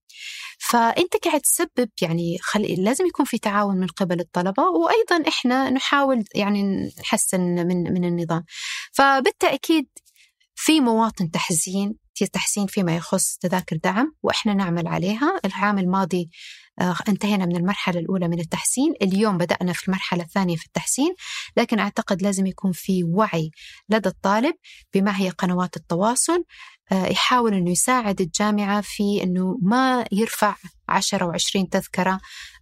Speaker 2: فأنت قاعد تسبب يعني لازم يكون في تعاون من قبل الطلبة، وأيضا إحنا نحاول يعني نحسن من النظام. فبالتأكيد في مواطن تحسين فيما يخص تذاكر دعم، وإحنا نعمل عليها. العام الماضي انتهينا من المرحلة الأولى من التحسين، اليوم بدأنا في المرحلة الثانية في التحسين. لكن أعتقد لازم يكون في وعي لدى الطالب بما هي قنوات التواصل، يحاول أنه يساعد الجامعة في أنه ما يرفع 10 و20 تذكرة.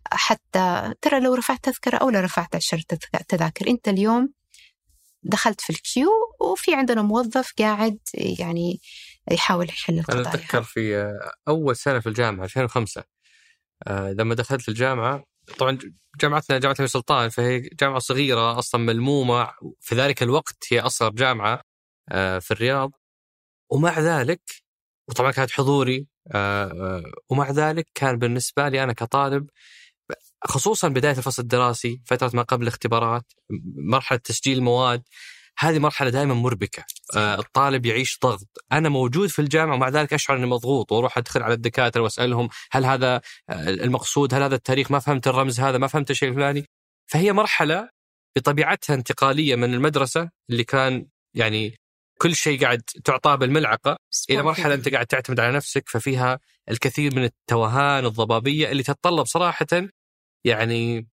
Speaker 2: حتى ترى لو رفعت تذكرة أو لو رفعت 10 تذاكر، أنت اليوم دخلت في الكيو وفي عندنا موظف قاعد يعني يحاول يحل القضايا.
Speaker 1: أنا أتذكر في أول سنة في الجامعة 2005 لما دخلت الجامعة، طبعا جامعتنا جامعة الملك سلطان، فهي جامعة صغيرة أصلا ملمومة في ذلك الوقت، هي أصغر جامعة في الرياض. ومع ذلك وطبعا كانت حضوري، ومع ذلك كان بالنسبة لي أنا كطالب، خصوصا بداية الفصل الدراسي، فترة ما قبل الاختبارات، مرحلة تسجيل المواد، هذه مرحلة دائما مربكة. الطالب يعيش ضغط. أنا موجود في الجامعة ومع ذلك أشعر أني مضغوط، وأروح أدخل على الدكاترة وأسألهم هل هذا المقصود، هل هذا التاريخ، ما فهمت الرمز هذا، ما فهمت الشيء الفلاني. فهي مرحلة بطبيعتها انتقالية من المدرسة اللي كان يعني كل شيء قاعد تعطاه بالملعقة إلى مرحلة أنت قاعد تعتمد على نفسك، ففيها الكثير من التوهان الضبابية اللي تتطلب صراحة يعني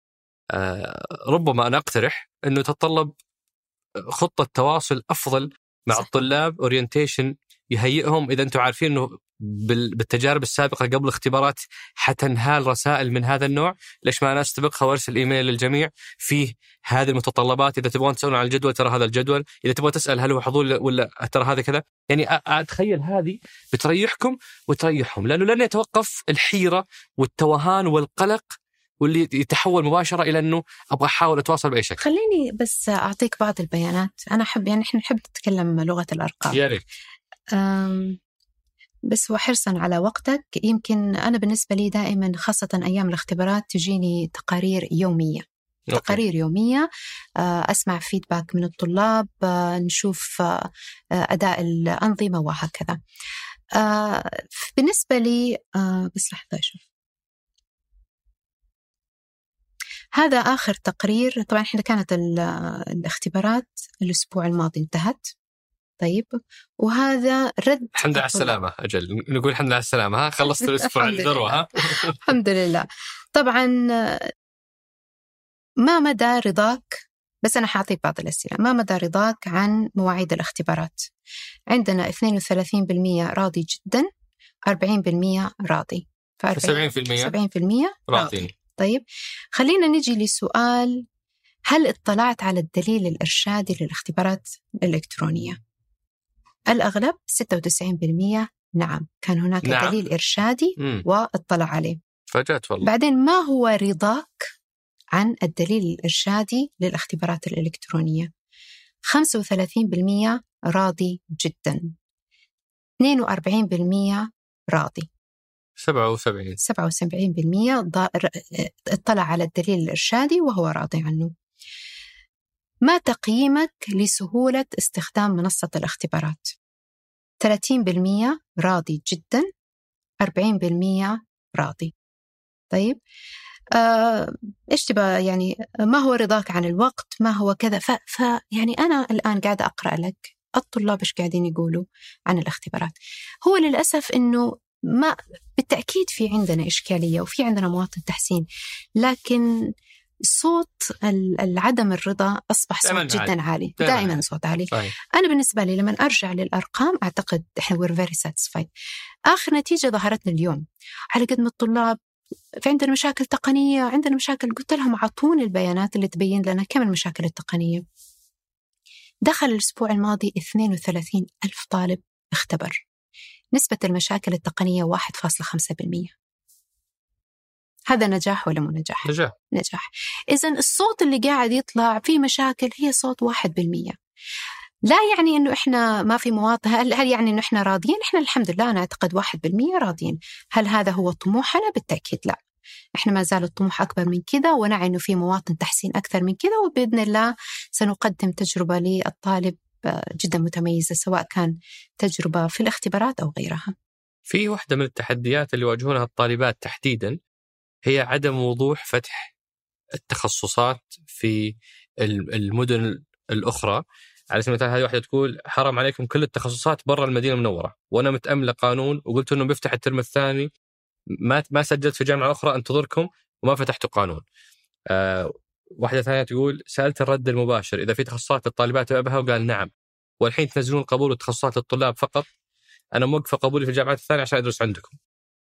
Speaker 1: ربما أنا أقترح أنه تتطلب خطة تواصل أفضل مع الطلاب، أورينتيشن يهيئهم. إذا أنتم عارفين أنه بالتجارب السابقة قبل الاختبارات حتنهال رسائل من هذا النوع، ليش ما أنا أستبقها وأرسل إيميل للجميع فيه هذه المتطلبات، إذا تبغون تسألون عن الجدول ترى هذا الجدول، إذا تبغى تسأل هل هو حضور ولا ترى هذا كذا. يعني أتخيل هذه بتريحكم وتريحهم، لأنه لن يتوقف الحيرة والتوهان والقلق
Speaker 3: واللي يتحول مباشرة إلى أنه أبغى أحاول أتواصل بأي شكل؟
Speaker 2: خليني بس أعطيك بعض البيانات. أنا أحب يعني إحنا نحب نتكلم لغة الأرقام.
Speaker 3: يا ريت.
Speaker 2: بس وحرصا على وقتك، يمكن أنا بالنسبة لي دائما خاصة أيام الاختبارات تجيني تقارير يومية. تقارير يومية، أسمع فيدباك من الطلاب، نشوف أداء الأنظمة وهكذا. بالنسبة لي بس لحظة أشوف. هذا آخر تقرير. طبعا إحنا كانت الاختبارات الأسبوع الماضي انتهت. طيب، وهذا رد.
Speaker 3: الحمد لله على السلامة. أجل نقول الحمد لله على السلامة. ها خلصت الأسبوع الذروة.
Speaker 2: الحمد لله. طبعا ما مدى رضاك، بس أنا حأعطيك بعض الأسئلة. ما مدى رضاك عن مواعيد الاختبارات؟ عندنا 32% راضي جدا، 40% راضي، 70% راضي. طيب، خلينا نجي لسؤال: هل اطلعت على الدليل الإرشادي للاختبارات الإلكترونية؟ الأغلب 96% نعم، كان هناك دليل إرشادي واطلع عليه.
Speaker 3: فاجأت والله.
Speaker 2: بعدين ما هو رضاك عن الدليل الإرشادي للاختبارات الإلكترونية؟ 35% راضي جدا، 42% راضي، 77% اطلع على الدليل الإرشادي وهو راضي عنه. ما تقييمك لسهولة استخدام منصة الاختبارات؟ 30% راضي جدا، 40% راضي. طيب، إيش تبى يعني؟ ما هو رضاك عن الوقت؟ ما هو كذا؟ يعني أنا الآن قاعدة أقرأ لك الطلاب إيش قاعدين يقولوا عن الاختبارات. هو للأسف إنه ما بالتأكيد في عندنا إشكالية وفي عندنا مواطن تحسين، لكن صوت العدم الرضا أصبح صوت جدا عالي، دائما صوت عالي. أنا بالنسبة لي لما أرجع للأرقام أعتقد إحنا we're very satisfied. آخر نتيجة ظهرتنا اليوم على قد ما الطلاب في عندنا مشاكل تقنية، عندنا مشاكل، قلت لهم عطوني البيانات اللي تبين لنا كم المشاكل التقنية. دخل الأسبوع الماضي 32,000 طالب اختبر، نسبة المشاكل التقنية 1.5%. هذا نجاح ولا مو نجاح؟ نجاح. إذن الصوت اللي قاعد يطلع فيه مشاكل هي صوت 1%. لا يعني إنه إحنا ما في مواطن. هل يعني إنه إحنا راضيين؟ إحنا الحمد لله أنا أعتقد 1% راضيين. هل هذا هو طموحنا؟ بالتأكيد لا. إحنا ما زال الطموح أكبر من كذا، ونعي إنه في مواطن تحسين أكثر من كذا، وبإذن الله سنقدم تجربة للطالب جدا متميزة، سواء كان تجربة في الاختبارات أو غيرها.
Speaker 3: في واحدة من التحديات اللي يواجهونها الطالبات تحديدا هي عدم وضوح فتح التخصصات في المدن الأخرى. على سبيل المثال هذه واحدة تقول حرام عليكم كل التخصصات برا المدينة المنورة، وأنا متأملة قانون وقلت إنه بيفتح الترم الثاني، ما سجلت في جامعة أخرى انتظركم وما فتحتوا قانون. واحدة ثانية تقول سألت الرد المباشر إذا في تخصصات للطالبات بها وقال نعم، والحين تنزلون قبول التخصصات للطلاب فقط، أنا موقفة قبولي في الجامعات الثانية عشان أدرس عندكم.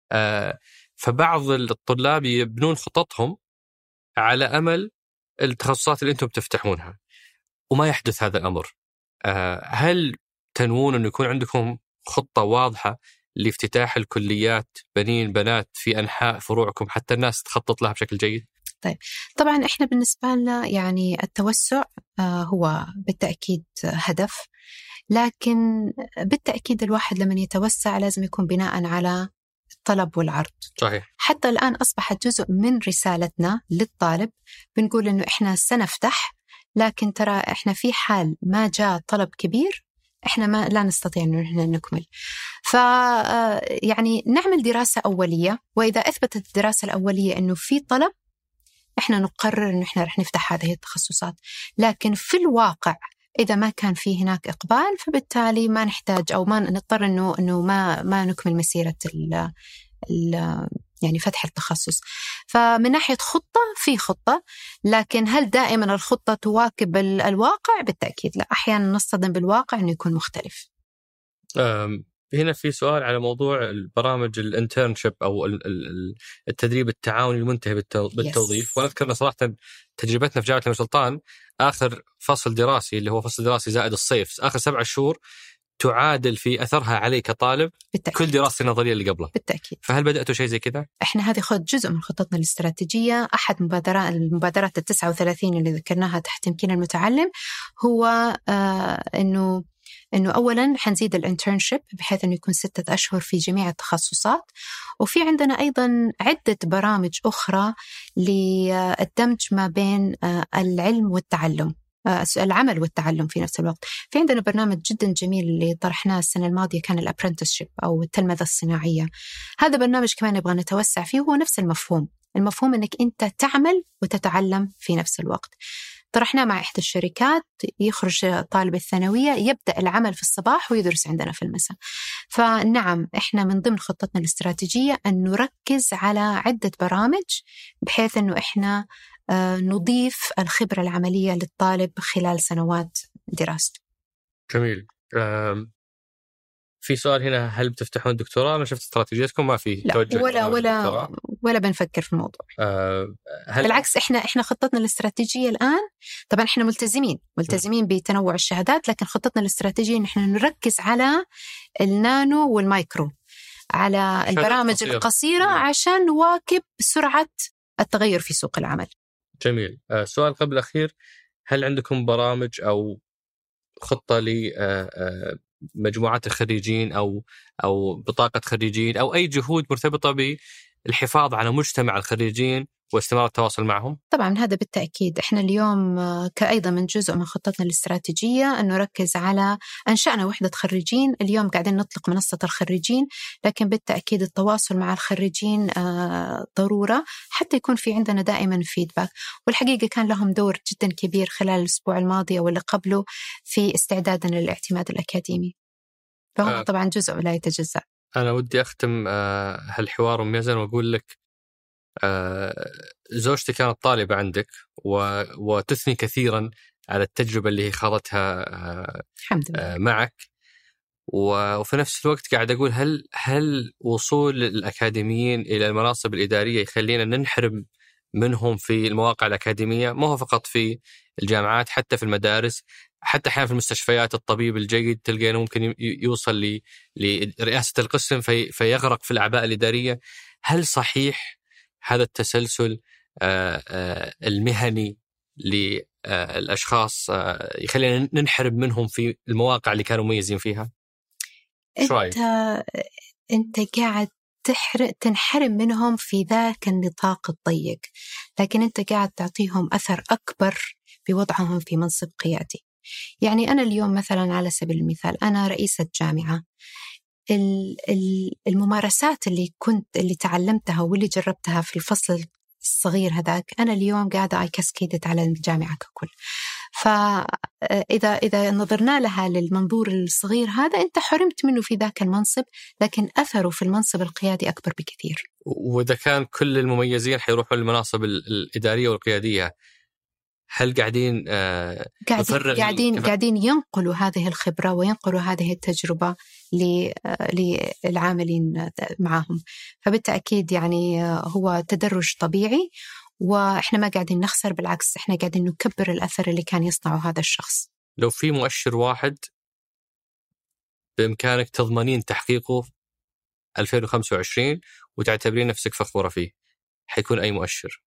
Speaker 3: فبعض الطلاب يبنون خططهم على أمل التخصصات اللي أنتم بتفتحونها وما يحدث هذا الأمر. هل تنوون أن يكون عندكم خطة واضحة لافتتاح الكليات بنين بنات في أنحاء فروعكم حتى الناس تخطط لها بشكل جيد؟
Speaker 2: طيب، طبعا إحنا بالنسبة لنا يعني التوسع هو بالتأكيد هدف، لكن بالتأكيد الواحد لما يتوسع لازم يكون بناء على الطلب والعرض.
Speaker 3: صحيح.
Speaker 2: حتى الآن أصبحت جزء من رسالتنا للطالب، بنقول إنه إحنا سنفتح، لكن ترى إحنا في حال ما جاء طلب كبير إحنا لا نستطيع إنه إحنا نكمل. يعني نعمل دراسة أولية، وإذا أثبتت الدراسة الأولية إنه في طلب إحنا نقرر إنه إحنا رح نفتح هذه التخصصات. لكن في الواقع إذا ما كان في هناك إقبال، فبالتالي ما نحتاج أو ما نضطر إنه ما نكمل مسيرة يعني فتح التخصص. فمن ناحية خطة في خطة، لكن هل دائما الخطة تواكب الواقع؟ بالتأكيد لا، أحيانا نصطدم بالواقع إنه يكون مختلف.
Speaker 3: هنا في سؤال على موضوع البرامج الانترنشيب أو التدريب التعاوني المنتهي بالتوظيف. وأنا أذكر صراحة تجربتنا في جامعة الملك سلطان آخر فصل دراسي اللي هو فصل دراسي زائد الصيف، آخر 7 شهور
Speaker 1: تعادل في أثرها عليه كطالب
Speaker 2: بالتأكيد.
Speaker 1: كل دراسة النظرية اللي قبله.
Speaker 2: بالتأكيد.
Speaker 1: فهل بدأتوا شيء زي كذا؟
Speaker 2: إحنا هذه جزء من خطتنا الاستراتيجية. أحد المبادرات 39 اللي ذكرناها تحت تمكين المتعلم هو إنه أولاً حنزيد الانترنشيب بحيث إنه يكون 6 أشهر في جميع التخصصات، وفي عندنا أيضاً عدة برامج أخرى للدمج ما بين العلم والتعلم، العمل والتعلم في نفس الوقت. في عندنا برنامج جدا جميل اللي طرحناه السنة الماضية كان الابرنتسشيب أو التلمذة الصناعية. هذا برنامج كمان نبغى نتوسع فيه، هو نفس المفهوم أنك أنت تعمل وتتعلم في نفس الوقت. طرحناه مع إحدى الشركات، يخرج طالب الثانوية يبدأ العمل في الصباح ويدرس عندنا في المساء. فنعم إحنا من ضمن خطتنا الاستراتيجية أن نركز على عدة برامج بحيث أنه إحنا نضيف الخبرة العملية للطالب خلال سنوات دراسته.
Speaker 1: جميل. في سؤال هنا، هل بتفتحون دكتوراه؟ أنا شفت استراتيجيتكم ما في توجه
Speaker 2: ولا بنفكر في الموضوع. بالعكس إحنا خطتنا الاستراتيجية الآن، طبعا إحنا ملتزمين بتنوع الشهادات، لكن خطتنا الاستراتيجية نحن نركز على النانو والمايكرو، على البرامج القصيرة عشان نواكب سرعة التغير في سوق العمل.
Speaker 1: جميل. سؤال قبل الأخير، هل عندكم برامج أو خطة لمجموعات الخريجين أو بطاقة خريجين أو أي جهود مرتبطة بالحفاظ على مجتمع الخريجين واستمرار التواصل معهم؟
Speaker 2: طبعا هذا بالتأكيد. إحنا اليوم كأيضا من جزء من خطتنا الاستراتيجية أن نركز على أنشأنا وحدة خريجين. اليوم قاعدين نطلق منصة الخريجين، لكن بالتأكيد التواصل مع الخريجين ضرورة حتى يكون في عندنا دائما فيدباك. والحقيقة كان لهم دور جدا كبير خلال الأسبوع الماضي واللي قبله في استعدادنا للاعتماد الأكاديمي، فهم طبعا جزء لا يتجزأ.
Speaker 1: أنا ودي أختم هالحوار ميزان وأقول لك زوجتي كانت طالبة عندك وتثني كثيرا على التجربة اللي هي خاضتها معك، وفي نفس الوقت قاعد أقول هل وصول الأكاديميين إلى المناصب الإدارية يخلينا ننحرم منهم في المواقع الأكاديمية؟ ما هو فقط في الجامعات، حتى في المدارس، حتى أحيانا في المستشفيات الطبيب الجيد تلقينه ممكن يوصل لرئاسة القسم فيغرق في الأعباء الإدارية. هل صحيح هذا التسلسل المهني للأشخاص يخلينا ننحرم منهم في المواقع اللي كانوا مميزين فيها؟
Speaker 2: أنت قاعد تنحرم منهم في ذاك النطاق الضيق، لكن أنت قاعد تعطيهم أثر أكبر بوضعهم في منصب قيادي. يعني أنا اليوم مثلا على سبيل المثال أنا رئيسة جامعة، الممارسات اللي تعلمتها واللي جربتها في الفصل الصغير هذاك أنا اليوم قاعدة أكسكيدت على الجامعة ككل. فإذا نظرنا لها للمنظور الصغير هذا أنت حرمت منه في ذاك المنصب، لكن أثره في المنصب القيادي أكبر بكثير.
Speaker 1: وإذا كان كل المميزين حيروحوا للمناصب الإدارية والقيادية، هل
Speaker 2: قاعدين ينقلوا هذه الخبرة وينقلوا هذه التجربة للعاملين معهم؟ فبالتأكيد يعني هو تدرج طبيعي، وإحنا ما قاعدين نخسر، بالعكس إحنا قاعدين نكبر الأثر اللي كان يصنعه هذا الشخص.
Speaker 1: لو في مؤشر واحد بإمكانك تضمنين تحقيقه 2025 وتعتبرين نفسك فخورة فيه، حيكون أي مؤشر؟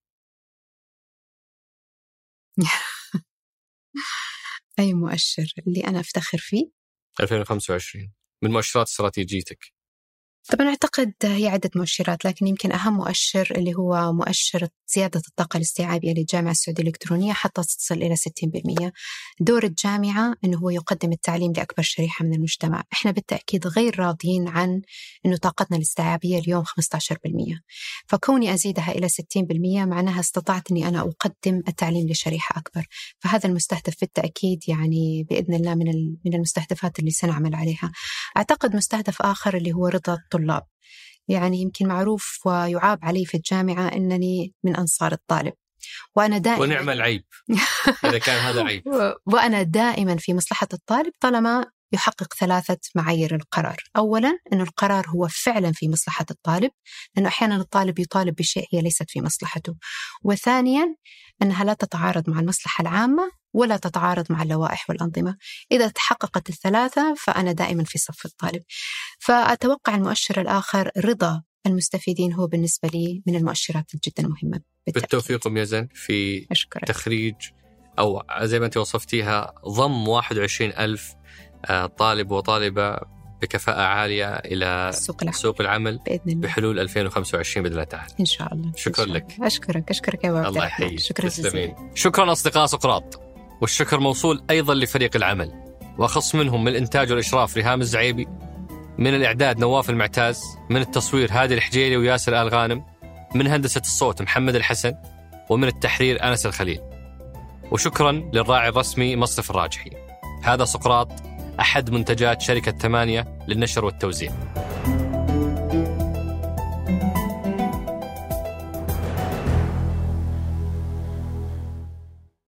Speaker 2: أي مؤشر اللي أنا أفتخر فيه
Speaker 1: 2025 من مؤشرات استراتيجيتك؟
Speaker 2: طبعا أعتقد هي عدة مؤشرات، لكن يمكن أهم مؤشر اللي هو مؤشر زيادة الطاقة الاستيعابية للجامعة السعودية الإلكترونية حتى تصل إلى 60%. دور الجامعة أنه هو يقدم التعليم لأكبر شريحة من المجتمع. إحنا بالتأكيد غير راضين عن أنه طاقتنا الاستيعابية اليوم 15%، فكوني أزيدها إلى 60% معناها استطعت أني أنا أقدم التعليم لشريحة أكبر. فهذا المستهدف بالتأكيد يعني بإذن الله من المستهدفات اللي سنعمل عليها. أعتقد مستهدف آخر اللي هو رضا الطلاب. يعني يمكن معروف ويعاب علي في الجامعة أنني من أنصار الطالب، وأنا دائما
Speaker 1: ونعم العيب إذا كان هذا عيب.
Speaker 2: وأنا دائما في مصلحة الطالب طالما يحقق 3 معايير القرار. أولاً، أن القرار هو فعلاً في مصلحة الطالب، لأنه أحياناً الطالب يطالب بشيء هي ليست في مصلحته. وثانياً، أنها لا تتعارض مع المصلحة العامة ولا تتعارض مع اللوائح والأنظمة. إذا تحققت ال3 فأنا دائماً في صف الطالب. فأتوقع المؤشر الآخر رضا المستفيدين هو بالنسبة لي من المؤشرات جدا مهمة.
Speaker 1: بالتوفيق يزن في
Speaker 2: أشكرك.
Speaker 1: تخريج أو زي ما أنت وصفتيها ضم 21,000 طالب وطالبة بكفاءة عالية إلى سوق العمل بإذن الله بحلول 2025 بإذن الله تعالى
Speaker 2: إن شاء الله.
Speaker 1: شكرا لك.
Speaker 2: أشكرك يا
Speaker 1: الله يحييك.
Speaker 2: شكرا جزيلا.
Speaker 3: شكرا أصدقاء سقراط، والشكر موصول أيضا لفريق العمل، وأخص منهم من الإنتاج والإشراف ريهام الزعيبي، من الإعداد نواف المعتاز، من التصوير هادي الحجيري وياسر آل غانم، من هندسة الصوت محمد الحسن، ومن التحرير أنس الخليل. وشكرا للراعي الرسمي مصرف الراجحي. هذا سقراط، أحد منتجات شركة 8 للنشر والتوزيع.